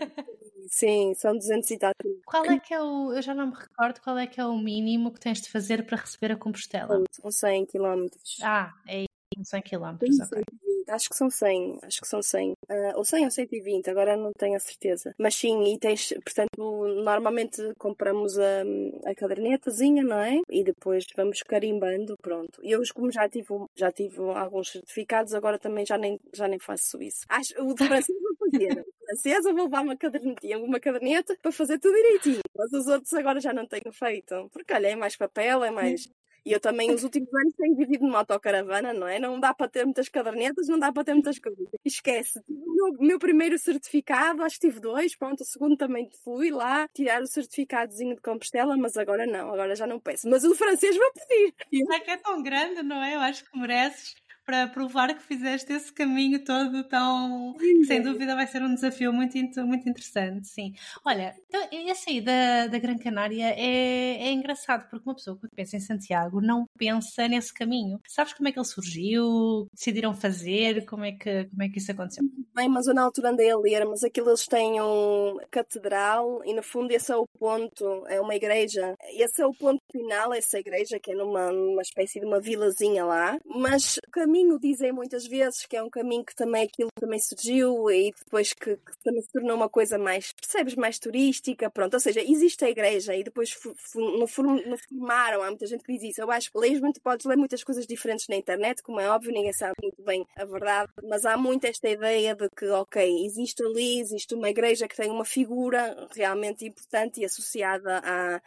Sim, são duzentos e tal. Qual é que é o, eu já não me recordo, qual é que é o mínimo que tens de fazer para receber a Compostela? São cem quilómetros. Ah, é cem quilómetros, ok. Acho que são cem, acho que são cem. Uh, ou cem ou cento e vinte, agora não tenho a certeza. Mas sim, e tens, portanto, normalmente compramos a, a cadernetazinha, não é? E depois vamos carimbando, pronto. Eu, como já tive, já tive alguns certificados, agora também já nem, já nem faço isso. Acho, o de francês vou fazer. Francês eu vou levar uma caderneta, uma caderneta para fazer tudo direitinho. Mas os outros agora já não tenho feito. Porque, olha, é mais papel, é mais... E eu também, os últimos anos, tenho vivido numa autocaravana, não é? Não dá para ter muitas cadernetas, não dá para ter muitas coisas. Esquece. O meu, meu primeiro certificado, acho que tive dois, pronto, o segundo também fui lá tirar o certificadozinho de Compostela, mas agora não, agora já não peço. Mas o francês vou pedir. É que é tão grande, não é? Eu acho que mereces, para provar que fizeste esse caminho todo tão... Que, sem dúvida vai ser um desafio muito, muito interessante, sim. Olha, então, esse aí da, da Gran Canária é, é engraçado, porque uma pessoa que pensa em Santiago não pensa nesse caminho. Sabes como é que ele surgiu? Decidiram fazer? Como é que, como é que isso aconteceu? Bem, mas eu na altura andei a ler, mas aquilo eles têm um catedral e no fundo esse é o ponto, é uma igreja. Esse é o ponto final, essa igreja que é numa, numa espécie de uma vilazinha lá, mas o caminho dizem muitas vezes que é um caminho que também aquilo também surgiu e depois que, que também se tornou uma coisa mais, percebes, mais turística, pronto, ou seja, existe a igreja e depois f- f- no, form, no formaram, há muita gente que diz isso, eu acho que lês muito, podes ler muitas coisas diferentes na internet, como é óbvio, ninguém sabe muito bem a verdade, mas há muito esta ideia de que, ok, existe ali, existe uma igreja que tem uma figura realmente importante e associada a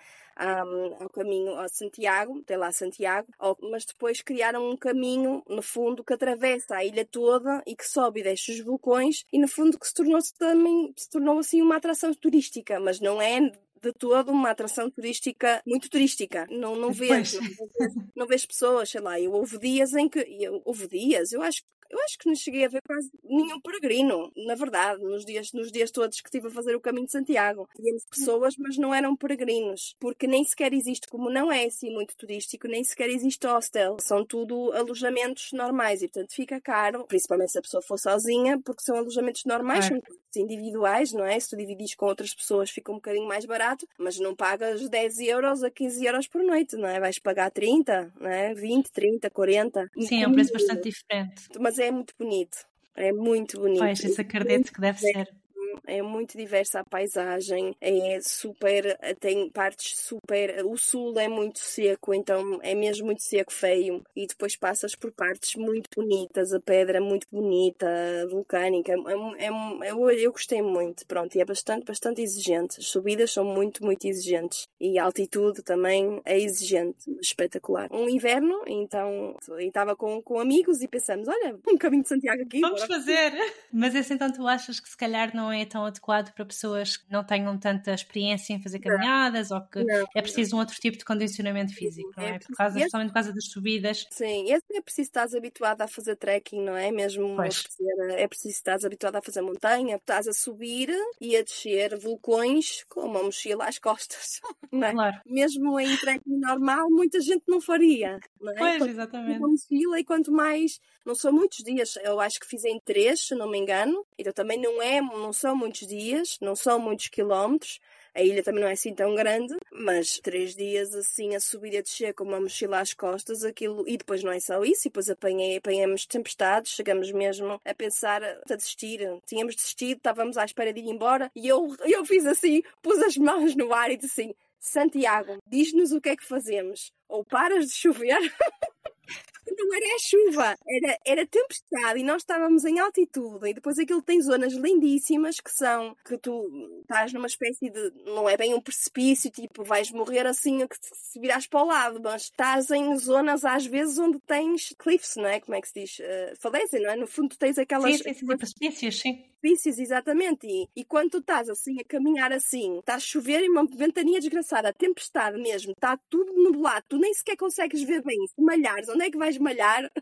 Um, ao caminho a Santiago, tem lá Santiago, mas depois criaram um caminho, no fundo, que atravessa a ilha toda e que sobe e deixa os vulcões e, no fundo, que se tornou também, se tornou assim uma atração turística, mas não é de todo uma atração turística, muito turística. Não, não vês, não, não vês pessoas, sei lá, eu houve dias em que, eu, houve dias, eu acho que Eu acho que não cheguei a ver quase nenhum peregrino, na verdade, nos dias, nos dias todos que estive a fazer o caminho de Santiago. Tínhamos pessoas, mas não eram peregrinos, porque nem sequer existe, como não é assim muito turístico, nem sequer existe hostel. São tudo alojamentos normais e, portanto, fica caro, principalmente se a pessoa for sozinha, porque são alojamentos normais, são individuais, não é? Se tu dividis com outras pessoas fica um bocadinho mais barato, mas não pagas dez euros a quinze euros por noite, não é? Vais pagar trinta, não é? vinte, trinta, quarenta. Sim, é um preço bastante diferente. Mas é muito bonito, é muito bonito. Pois, esse acredito que deve ser. é muito diversa a paisagem, é super, tem partes super, o sul é muito seco, então é mesmo muito seco, feio, e depois passas por partes muito bonitas, a pedra é muito bonita, vulcânica, é, é, eu, eu gostei muito, pronto, e é bastante, bastante exigente, as subidas são muito, muito exigentes, e a altitude também é exigente, espetacular. Um inverno, então, estava com, com amigos e pensamos, olha, um caminho de Santiago aqui. Vamos fazer! Mas esse então tu achas que se calhar não é tão adequado para pessoas que não tenham tanta experiência em fazer caminhadas, ou que não, é preciso um outro tipo de condicionamento físico, não é? é por causa, esse... Especialmente por causa das subidas. Sim, esse é preciso estar habituado a fazer trekking, não é? Mesmo pois. é preciso estar habituado a fazer montanha, estás a subir e a descer vulcões com uma mochila às costas, não é? Claro. Mesmo em trekking normal, muita gente não faria, não é? Pois, quanto, exatamente. Uma mochila, e quanto mais, não são muitos dias, eu acho que fiz em três, se não me engano, então também não é, não são muitos dias, não são muitos quilómetros. A ilha também não é assim tão grande, mas três dias assim a subir e a descer com uma mochila às costas, aquilo, e depois não é só isso, e depois apanhei, apanhamos tempestades, chegamos mesmo a pensar a desistir, tínhamos desistido, estávamos à espera de ir embora, e eu, eu fiz assim, pus as mãos no ar e disse assim, Santiago, diz-nos o que é que fazemos, ou paras de chover... Não era a chuva, era, era tempestade e nós estávamos em altitude e depois aquilo tem zonas lindíssimas que são, que tu estás numa espécie de, não é bem um precipício, tipo vais morrer assim que se virares para o lado, mas estás em zonas às vezes onde tens cliffs, não é? Como é que se diz? Uh, falésia, não é? No fundo tu tens aquelas... Sim, sim, sim, precipícios, sim. Precipícios, exatamente, e, e quando tu estás assim a caminhar assim, está a chover e uma ventania desgraçada, a tempestade mesmo, está tudo nublado, tu nem sequer consegues ver bem, se malhares, onde é que vais malhar?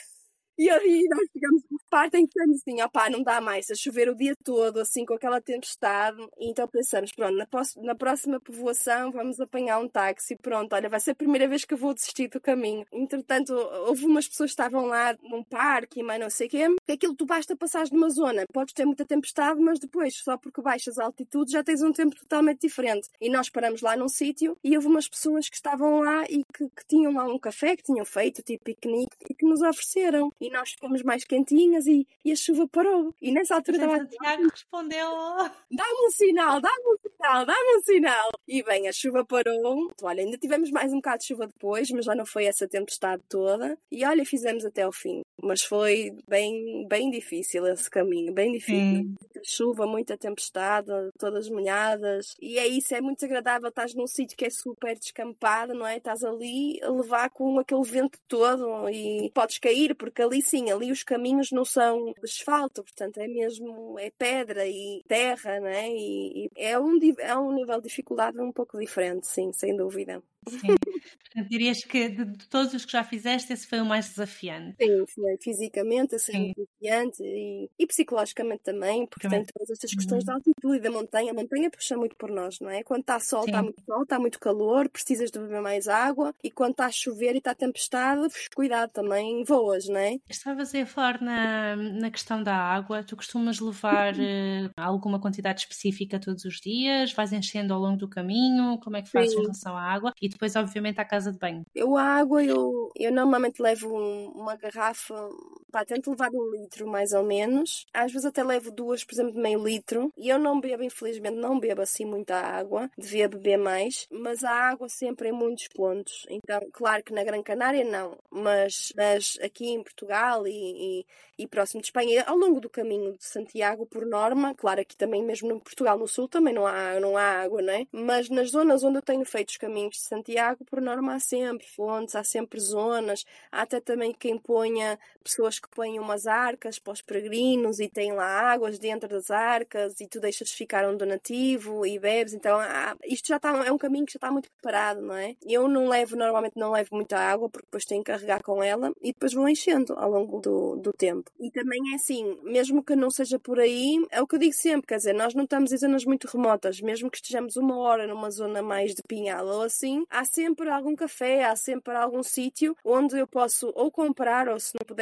E aí nós ficamos por parte em que estamos assim, opá, não dá mais, a chover o dia todo, assim, com aquela tempestade, e então pensamos, pronto, na, na próxima povoação vamos apanhar um táxi, pronto, olha, vai ser a primeira vez que eu vou desistir do caminho. Entretanto, houve umas pessoas que estavam lá num parque, mas não sei o quê, que aquilo tu basta passares numa zona, podes ter muita tempestade, mas depois, só porque baixas a altitude, já tens um tempo totalmente diferente. E nós paramos lá num sítio, e houve umas pessoas que estavam lá e que, que tinham lá um café, que tinham feito, tipo piquenique, e que nos ofereceram. E nós ficamos mais quentinhas e, e a chuva parou. E nessa altura estava... Santiago respondeu... Dá-me um sinal, dá-me um sinal, dá-me um sinal. E bem, a chuva parou. Olha, ainda tivemos mais um bocado de chuva depois, mas já não foi essa tempestade toda. E olha, fizemos até ao fim. Mas foi bem, bem difícil esse caminho, bem difícil. Hum. Muita chuva, muita tempestade, todas molhadas. E é isso, é muito agradável. Estás num sítio que é super descampado, não é? Estás ali a levar com aquele vento todo e podes cair, porque ali sim, ali os caminhos não são de asfalto, portanto é mesmo, é pedra e terra, não é? E, e é, um, é um nível de dificuldade um pouco diferente, sim, sem dúvida. Sim. Portanto, dirias que de, de todos os que já fizeste, esse foi o mais desafiante. Sim, sim, fisicamente, assim, desafiante e, e psicologicamente também, porque também. Tem todas estas questões uhum. da altitude e da montanha. A montanha puxa muito por nós, não é? Quando está sol, está muito sol, está muito calor, precisas de beber mais água, e quando está a chover e está tempestade, cuidado também, voas, não é? Estavas a falar na, na questão da água. Tu costumas levar uh, alguma quantidade específica todos os dias? Vais enchendo ao longo do caminho? Como é que fazes sim. em relação à água? E depois, obviamente, à casa de banho. Eu, a água, eu, eu normalmente levo um, uma garrafa, pá, tento levar um litro mais ou menos. Às vezes até levo duas, por exemplo, de meio litro. E eu não bebo, infelizmente, não bebo assim muita água. Devia beber mais. Mas a água sempre em muitos pontos. Então, claro que na Gran Canária não. Mas, mas aqui em Portugal e, e, e próximo de Espanha, ao longo do caminho de Santiago, por norma, claro, aqui também mesmo no Portugal, no Sul, também não há, não há água, não é? Mas nas zonas onde eu tenho feito os caminhos de Santiago, por norma, há sempre fontes, há sempre zonas, há até também quem ponha, pessoas que põem umas arcas para os peregrinos e têm lá águas dentro das arcas e tu deixas ficar um donativo e bebes, então há, isto já está, é um caminho que já está muito preparado, não é? Eu não levo, normalmente não levo muita água porque depois tenho que carregar com ela e depois vou enchendo ao longo do, do tempo. E também é assim, mesmo que não seja por aí, é o que eu digo sempre, quer dizer, nós não estamos em zonas muito remotas, mesmo que estejamos uma hora numa zona mais de pinhal ou assim, há sempre algum café, há sempre algum sítio onde eu posso ou comprar, ou se não puder comprar,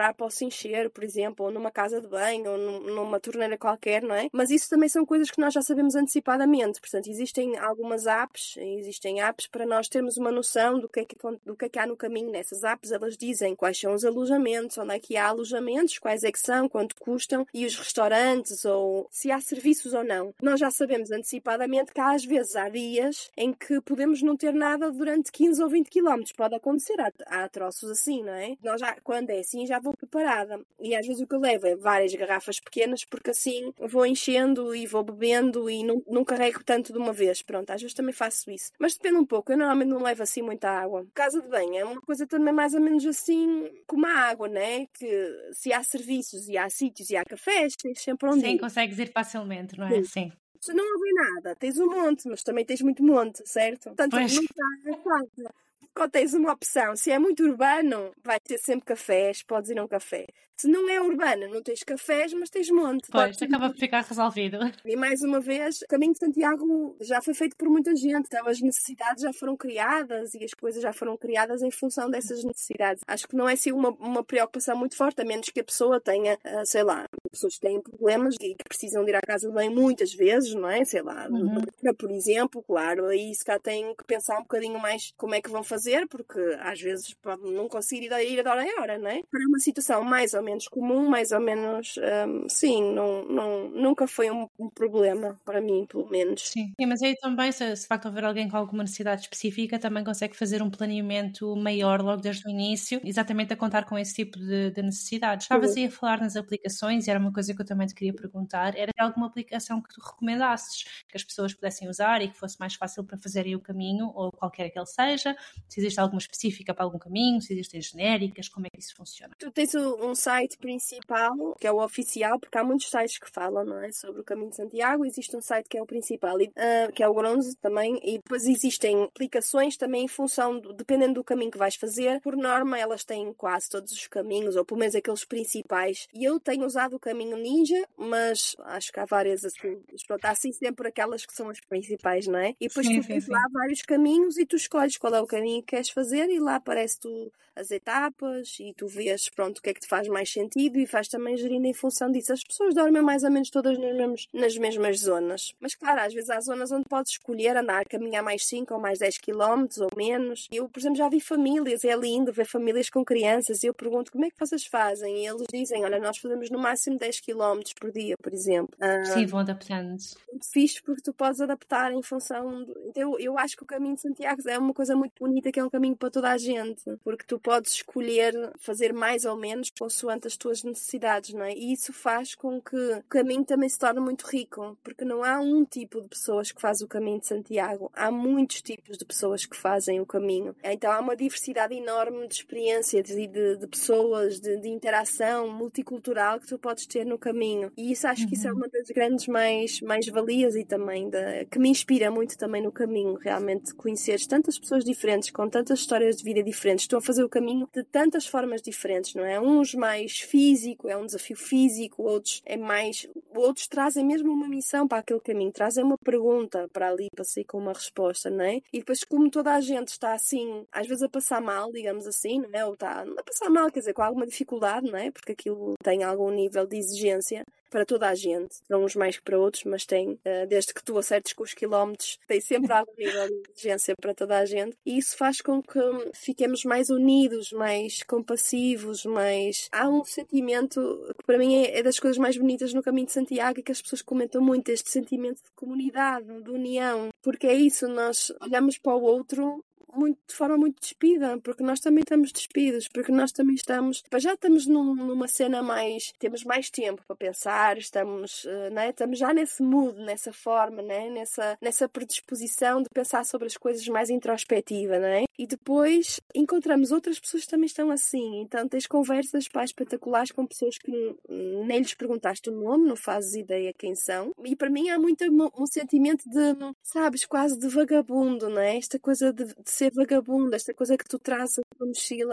lugar possa encher, por exemplo, ou numa casa de banho, ou numa torneira qualquer, não é? Mas isso também são coisas que nós já sabemos antecipadamente. Portanto, existem algumas apps, existem apps para nós termos uma noção do que é que, do que, é que há no caminho. Nessas apps, elas dizem quais são os alojamentos, onde é que há alojamentos, quais é que são, quanto custam, e os restaurantes, ou se há serviços ou não. Nós já sabemos antecipadamente que às vezes há dias em que podemos não ter nada durante quinze ou vinte quilómetros. Pode acontecer, há, há troços assim, não é? Nós já, quando é assim, já vou preparada. E às vezes o que eu levo é várias garrafas pequenas, porque assim vou enchendo e vou bebendo e não, não carrego tanto de uma vez. Pronto, às vezes também faço isso. Mas depende um pouco. Eu normalmente não levo assim muita água. Casa de banho é uma coisa também mais ou menos assim como a água, né? Que se há serviços e há sítios e há cafés, tens sempre onde Sim, ir. consegues ir facilmente, não é? Sim. Sim. Se não houver nada, tens um monte, mas também tens muito monte, certo? Portanto, Pois. não está falta. Quando tens uma opção, se é muito urbano, vai ter sempre cafés, podes ir a um café. Se não é urbano, não tens cafés, mas tens monte. Pois, Podes... acaba por ficar resolvido. E mais uma vez, o caminho de Santiago já foi feito por muita gente, então as necessidades já foram criadas e as coisas já foram criadas em função dessas necessidades. Acho que não é assim uma, uma preocupação muito forte, a menos que a pessoa tenha, sei lá, pessoas que têm problemas e que precisam de ir à casa de banho muitas vezes, não é? Sei lá, uhum. por exemplo, claro, aí se cá têm que pensar um bocadinho mais como é que vão fazer, porque às vezes podem não conseguir ir de hora em hora, não é? Para uma situação mais ou menos comum, mais ou menos, um, sim, não, não, nunca foi um, um problema para mim, pelo menos. Sim, Sim mas aí também, se, se de facto houver alguém com alguma necessidade específica, também consegue fazer um planeamento maior logo desde o início, exatamente a contar com esse tipo de, de necessidades. Estavas aí a falar nas aplicações, e era uma coisa que eu também te queria perguntar, era alguma aplicação que tu recomendasses, que as pessoas pudessem usar e que fosse mais fácil para fazerem o caminho, ou qualquer que ele seja, se existe alguma específica para algum caminho, se existem genéricas, como é que isso funciona? Tu tens um site principal, que é o oficial, porque há muitos sites que falam, não é, sobre o caminho de Santiago. Existe um site que é o principal, uh, que é o Bronze também, e depois existem aplicações também em função, do, dependendo do caminho que vais fazer. Por norma, elas têm quase todos os caminhos, ou pelo menos aqueles principais. E eu tenho usado o caminho Ninja, mas acho que há várias assim. Pronto, há assim sempre aquelas que são as principais, não é? E depois sim, tu tens sim, lá sim. vários caminhos e tu escolhes qual é o caminho que queres fazer e lá aparece tu as etapas e tu vês, pronto, o que é que te faz mais sentido e faz também gerindo em função disso. As pessoas dormem mais ou menos todas nas mesmas, nas mesmas zonas. Mas claro, às vezes há zonas onde podes escolher andar, caminhar mais cinco ou mais dez quilómetros ou menos. Eu, por exemplo, já vi famílias, é lindo ver famílias com crianças e eu pergunto como é que vocês fazem? E eles dizem, olha, nós fazemos no máximo dez quilómetros por dia, por exemplo. Ah, Sim, vão adaptando-se. Muito fixe porque tu podes adaptar em função... Do... Então, eu acho que o caminho de Santiago é uma coisa muito bonita, que é um caminho para toda a gente, porque tu podes escolher fazer mais ou menos consoante as tuas necessidades, não é? E isso faz com que o caminho também se torne muito rico, porque não há um tipo de pessoas que faz o caminho de Santiago, há muitos tipos de pessoas que fazem o caminho. Então há uma diversidade enorme de experiências e de, de pessoas, de, de interação multicultural que tu podes ter no caminho. E isso acho uhum. que isso é uma das grandes mais, mais valias e também da, que me inspira muito também no caminho, realmente conheceres tantas pessoas diferentes, com tantas histórias de vida diferentes, estão a fazer o caminho de tantas formas diferentes, não é? Uns mais físico, é um desafio físico, outros é mais, outros trazem mesmo uma missão para aquele caminho, trazem uma pergunta para ali, para sair com uma resposta, não é? E depois como toda a gente está assim, às vezes a passar mal, digamos assim, não é? Ou está a passar mal, quer dizer, com alguma dificuldade, não é? Porque aquilo tem algum nível de exigência para toda a gente, não uns mais que para outros, mas tem, desde que tu acertes com os quilómetros, tem sempre algum nível de exigência para toda a gente, e isso faz com que fiquemos mais unidos, mais compassivos, mais... Há um sentimento que para mim é, é das coisas mais bonitas no caminho de Santiago e que as pessoas comentam muito, este sentimento de comunidade, de união, porque é isso, nós olhamos para o outro muito, de forma muito despida, porque nós também estamos despidos, porque nós também estamos, já estamos num, numa cena mais, temos mais tempo para pensar, estamos, uh, né? Estamos já nesse mood, nessa forma, né? nessa, nessa predisposição de pensar sobre as coisas mais introspectiva, né? E depois encontramos outras pessoas que também estão assim, então tens conversas pá, espetaculares com pessoas que nem lhes perguntaste o nome, não fazes ideia quem são, e para mim há muito um sentimento de, sabes, quase de vagabundo, não é? Esta coisa de, de ser vagabundo, esta coisa que tu trazes na tua mochila,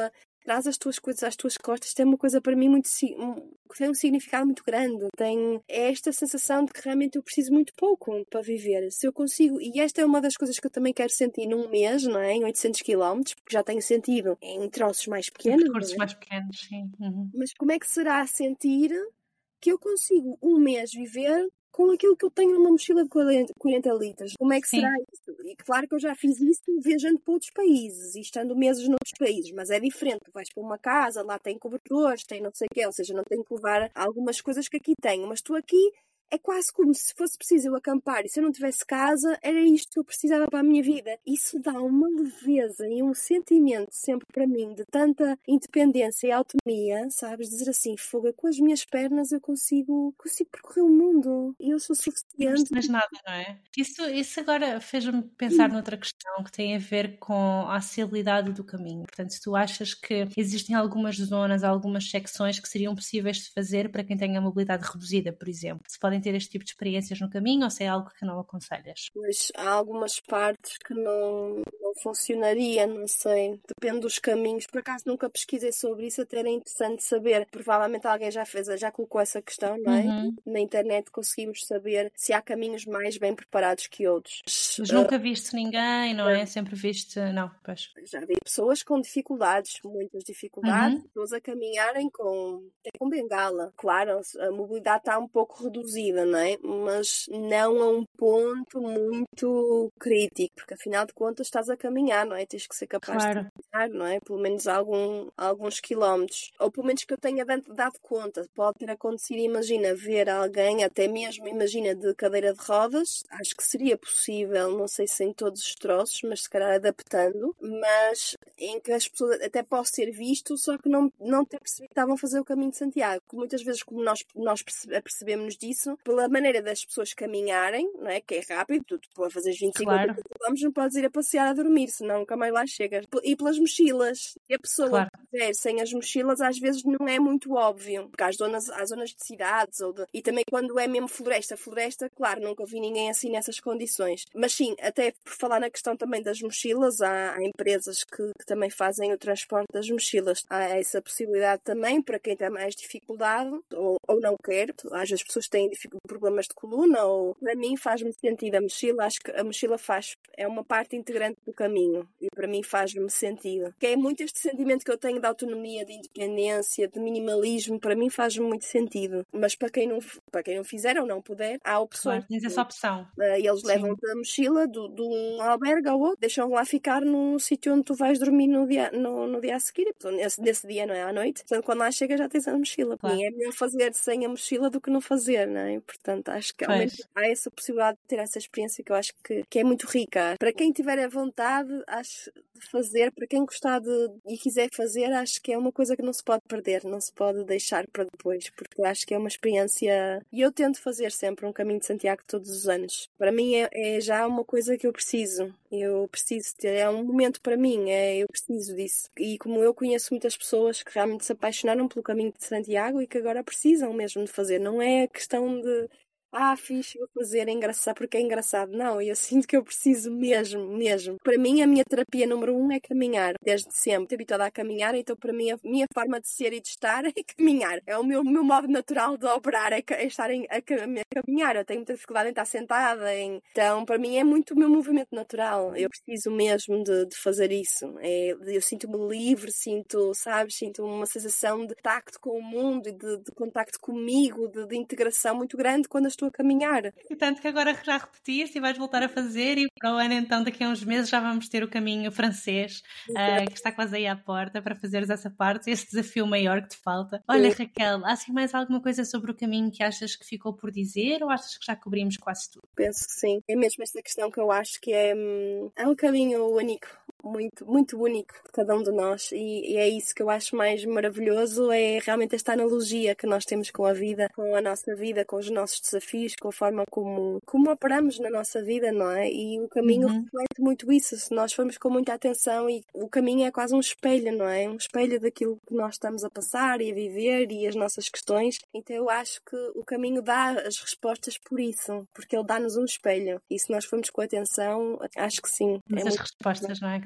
traz as tuas coisas às tuas costas, tem uma coisa para mim muito, tem um significado muito grande, tem é esta sensação de que realmente eu preciso muito pouco para viver. Se eu consigo, e esta é uma das coisas que eu também quero sentir num mês, não é? Em oitocentos quilómetros, porque já tenho sentido em troços mais pequenos. Em percursos é? mais pequenos, sim. Uhum. Mas como é que será sentir que eu consigo um mês viver com aquilo que eu tenho numa mochila de quarenta litros? Como é que Sim. será isso? E claro que eu já fiz isso viajando para outros países e estando meses noutros países, mas é diferente. Tu vais para uma casa, lá tem cobertores, tem não sei o quê, ou seja, não tenho que levar algumas coisas que aqui tenho, mas tu aqui é quase como se fosse preciso eu acampar e se eu não tivesse casa, era isto que eu precisava para a minha vida. Isso dá uma leveza e um sentimento sempre para mim de tanta independência e autonomia, sabes? Dizer assim, fogo, com as minhas pernas eu consigo, consigo percorrer o mundo e eu sou suficiente. Não mais nada, não é? Isso, isso agora fez-me pensar noutra questão que tem a ver com a acessibilidade do caminho. Portanto, se tu achas que existem algumas zonas, algumas secções que seriam possíveis de fazer para quem tenha mobilidade reduzida, por exemplo, se podem ter este tipo de experiências no caminho ou se é algo que não aconselhas? Pois, há algumas partes que não, não funcionaria, não sei, depende dos caminhos. Por acaso nunca pesquisei sobre isso, até era interessante saber. Provavelmente alguém já fez, já colocou essa questão, não é? Uhum. Na internet conseguimos saber se há caminhos mais bem preparados que outros. Mas nunca viste ninguém, não é? Sempre viste, não, pois. Já vi pessoas com dificuldades, muitas dificuldades, uhum. pessoas a caminharem com, com bengala. Claro, a mobilidade está um pouco reduzida, não é? Mas não a um ponto muito crítico, porque afinal de contas estás a caminhar, não é? Tens que ser capaz claro. de caminhar, não é? Pelo menos algum, alguns quilómetros. Ou pelo menos que eu tenha dado conta. Pode ter acontecido, imagina, ver alguém, até mesmo, imagina, de cadeira de rodas. Acho que seria possível, não sei se em todos os troços, mas se calhar adaptando. Mas em que as pessoas até posso ter visto, só que não, não ter percebido que estavam a fazer o caminho de Santiago. Muitas vezes, como nós, nós percebemos disso, pela maneira das pessoas caminharem, não é? Que é rápido, tu, tu a fazer vinte e cinco claro. quilómetros não podes ir a passear a dormir, senão nunca mais lá chegas. E pelas mochilas. E a pessoa claro. que vier sem as mochilas às vezes não é muito óbvio, porque há zonas, há zonas de cidades ou de, e também quando é mesmo floresta, floresta, claro, nunca vi ninguém assim nessas condições. Mas sim, até por falar na questão também das mochilas, há, há empresas que, que também fazem o transporte das mochilas. Há essa possibilidade também para quem tem mais dificuldade ou, ou não quer. Às vezes as pessoas têm problemas de coluna ou para mim faz-me sentido a mochila, acho que a mochila faz, é uma parte integrante do caminho e para mim faz-me sentido. Que é muito este sentimento que eu tenho de autonomia, de independência, de minimalismo, para mim faz-me muito sentido. Mas para quem não, para quem não fizer ou não puder, há opções. Claro, tens essa opção. Eles levam-te a mochila do, de um albergue ao outro, deixam lá ficar num sítio onde tu vais dormir no dia, no, no dia a seguir. Então, nesse, nesse dia, não é? À noite. Portanto, quando lá chegas já tens a mochila. Claro. E é melhor fazer sem a mochila do que não fazer, não é? Portanto, acho que realmente há essa possibilidade de ter essa experiência que eu acho que, que é muito rica. Para quem tiver a vontade, acho, de fazer, para quem gostar de, e quiser fazer, acho que é uma coisa que não se pode perder, não se pode deixar para depois, porque eu acho que é uma experiência, e eu tento fazer sempre um caminho de Santiago todos os anos. Para mim é, é já uma coisa que eu preciso, eu preciso ter, é um momento para mim, é, eu preciso disso. E como eu conheço muitas pessoas que realmente se apaixonaram pelo caminho de Santiago e que agora precisam mesmo de fazer, não é questão de ah, fixe, vou fazer, é engraçado porque é engraçado. Não, eu sinto que eu preciso mesmo, mesmo. Para mim, a minha terapia número um é caminhar, desde sempre. Estou habituada a caminhar, então para mim, a minha forma de ser e de estar é caminhar. É o meu, meu modo natural de operar, é, é estar em, a, a caminhar. Eu tenho muita dificuldade em estar sentada. Em... Então, para mim, é muito o meu movimento natural. Eu preciso mesmo de, de fazer isso. É, eu sinto-me livre, sinto, sabes, sinto uma sensação de tacto com o mundo e de, de contacto comigo, de, de integração muito grande quando estou a caminhar. E tanto que agora já repetiste e vais voltar a fazer e para o ano então daqui a uns meses já vamos ter o caminho francês uh, que está quase aí à porta para fazeres essa parte, esse desafio maior que te falta. Olha Raquel, há assim mais alguma coisa sobre o caminho que achas que ficou por dizer ou achas que já cobrimos quase tudo? Penso que sim. É mesmo esta questão que eu acho que é, é um caminho único. Muito, muito único de cada um de nós e, e é isso que eu acho mais maravilhoso, é realmente esta analogia que nós temos com a vida, com a nossa vida, com os nossos desafios, com a forma como, como operamos na nossa vida, não é? E o caminho uhum. reflete muito isso, se nós formos com muita atenção e o caminho é quase um espelho, não é? Um espelho daquilo que nós estamos a passar e a viver e as nossas questões, então eu acho que o caminho dá as respostas por isso, porque ele dá-nos um espelho e se nós formos com atenção, acho que sim. Mas é as muito respostas, não é?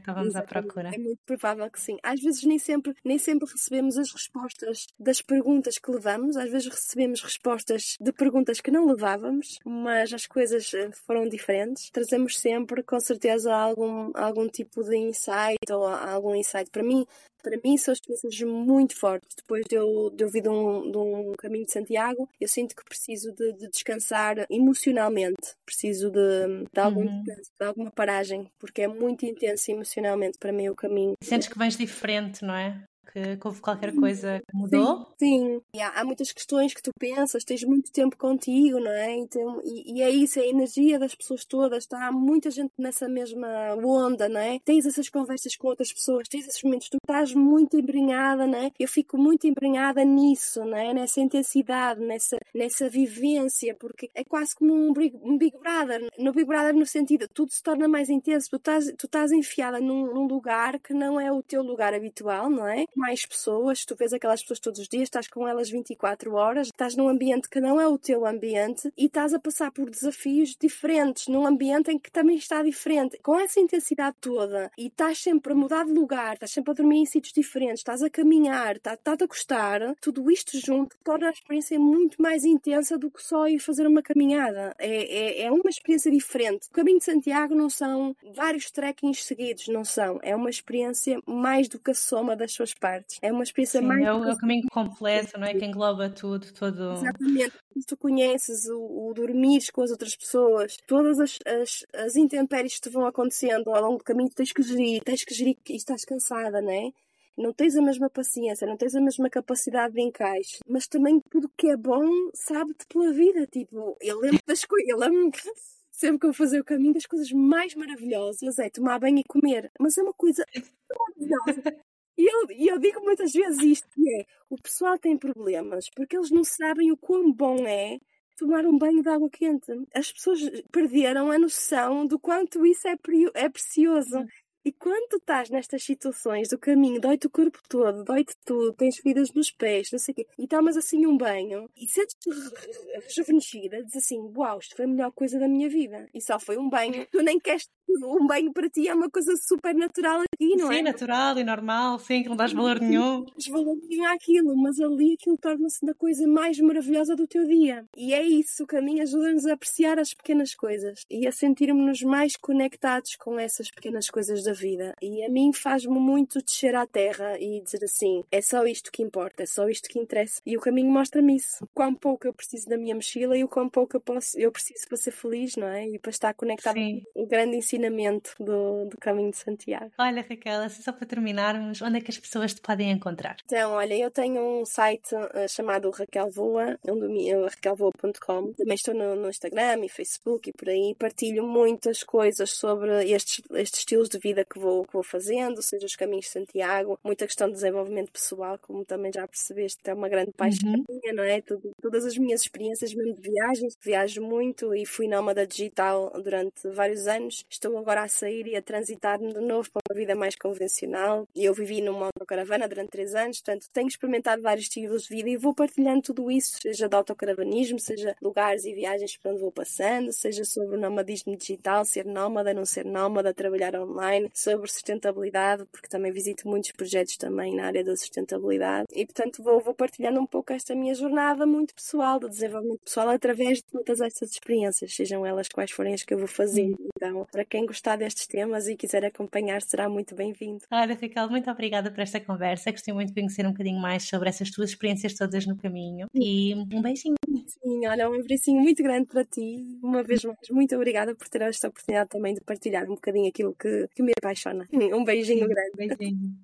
Que estávamos à procura. É muito provável que sim. Às vezes nem sempre, nem sempre recebemos as respostas das perguntas que levamos, às vezes recebemos respostas de perguntas que não levávamos, mas as coisas foram diferentes. Trazemos sempre, com certeza, algum, algum tipo de insight ou algum insight. Para mim, Para mim são experiências muito fortes. Depois de eu, de eu vir de um, de um caminho de Santiago, eu sinto que preciso de, de descansar emocionalmente. Preciso de, de algum uhum. descanso, de alguma paragem, porque é muito intenso emocionalmente para mim o caminho. Sentes que vens diferente, não é? Que, que houve qualquer coisa que mudou? Sim, sim. E há, há muitas questões que tu pensas, tens muito tempo contigo, não é? Então, e, e é isso, é a energia das pessoas todas, está muita gente nessa mesma onda, não é? Tens essas conversas com outras pessoas, tens esses momentos, tu estás muito embrenhada, não é? Eu fico muito embrenhada nisso, não é? Nessa intensidade, nessa, nessa vivência, porque é quase como um Big, um Big Brother. No Big Brother no sentido, tudo se torna mais intenso, tu estás, tu estás enfiada num, num lugar que não é o teu lugar habitual, não é? Mais pessoas, tu vês aquelas pessoas todos os dias, estás com elas vinte e quatro horas, estás num ambiente que não é o teu ambiente e estás a passar por desafios diferentes, num ambiente em que também está diferente, com essa intensidade toda, e estás sempre a mudar de lugar, estás sempre a dormir em sítios diferentes, estás a caminhar, estás a gostar, tudo isto junto torna a experiência muito mais intensa do que só ir fazer uma caminhada. É, é, é uma experiência diferente. O Caminho de Santiago não são vários trekkings seguidos, não são. É uma experiência mais do que a soma das suas partes. É uma experiência Sim, mais... é o, é o caminho completo, não é? Que engloba tudo, todo... Exatamente. Tu conheces o, o dormires com as outras pessoas, todas as, as, as intempéries que te vão acontecendo ao longo do caminho, tens que gerir, tens que gerir e estás cansada, não é? Não tens a mesma paciência, não tens a mesma capacidade de encaixe, mas também tudo que é bom sabe-te pela vida. Tipo, eu lembro das coisas, eu lembro que sempre que eu vou fazer o caminho, das coisas mais maravilhosas é tomar banho e comer, mas é uma coisa maravilhosa. E eu, e eu digo muitas vezes isto, que é, o pessoal tem problemas porque eles não sabem o quão bom é tomar um banho de água quente. As pessoas perderam a noção do quanto isso é, é precioso. E quando tu estás nestas situações do caminho, dói-te o corpo todo, dói-te tudo, tens feridas nos pés, não sei o quê, e tomas assim um banho, e sentes-te rejuvenescida, dizes assim, uau, isto foi a melhor coisa da minha vida. E só foi um banho. Tu nem queres... Um banho para ti é uma coisa super natural aqui, não sim, é? Sim, natural e normal, sim, que não dás valor nenhum. Não dás valor nenhum àquilo, mas ali aquilo torna-se a coisa mais maravilhosa do teu dia. E é isso, o caminho ajuda-nos a apreciar as pequenas coisas e a sentirmos-nos mais conectados com essas pequenas coisas da vida. E a mim faz-me muito descer à terra e dizer assim, é só isto que importa, é só isto que interessa. E o caminho mostra-me isso. Quão pouco eu preciso da minha mochila e o quão pouco eu, posso, eu preciso para ser feliz, não é? E para estar conectado com o grande ensino Do, do Caminho de Santiago. Olha, Raquel, assim só para terminarmos, onde é que as pessoas te podem encontrar? Então, olha, eu tenho um site uh, chamado Raquel Voa, um domínio, raquel voa ponto com. Também estou no, no Instagram e Facebook e por aí. Partilho muitas coisas sobre estes, estes estilos de vida que vou, que vou fazendo, seja os Caminhos de Santiago, muita questão de desenvolvimento pessoal, como também já percebeste, é uma grande paixão uhum. minha, não é? Tudo, todas as minhas experiências mesmo de viagens. Viajo muito e fui nómada digital durante vários anos. Estou agora a sair e a transitar-me de novo para uma vida mais convencional. Eu vivi numa autocaravana durante três anos, portanto tenho experimentado vários estilos de vida e vou partilhando tudo isso, seja de autocaravanismo, seja lugares e viagens por onde vou passando, seja sobre o nomadismo digital, ser nómada, não ser nómada, trabalhar online, sobre sustentabilidade, porque também visito muitos projetos também na área da sustentabilidade e portanto vou, vou partilhando um pouco esta minha jornada muito pessoal, de desenvolvimento pessoal através de todas estas experiências, sejam elas quais forem as que eu vou fazer. Então, para quem gostar destes temas e quiser acompanhar, será muito bem-vindo. Olha, Raquel, muito obrigada por esta conversa. Gostei muito de conhecer um bocadinho mais sobre essas tuas experiências todas no caminho. E um beijinho. Sim, olha, um abracinho muito grande para ti. Uma vez mais, muito obrigada por ter esta oportunidade também de partilhar um bocadinho aquilo que, que me apaixona. Um beijinho Sim, grande. Beijinho.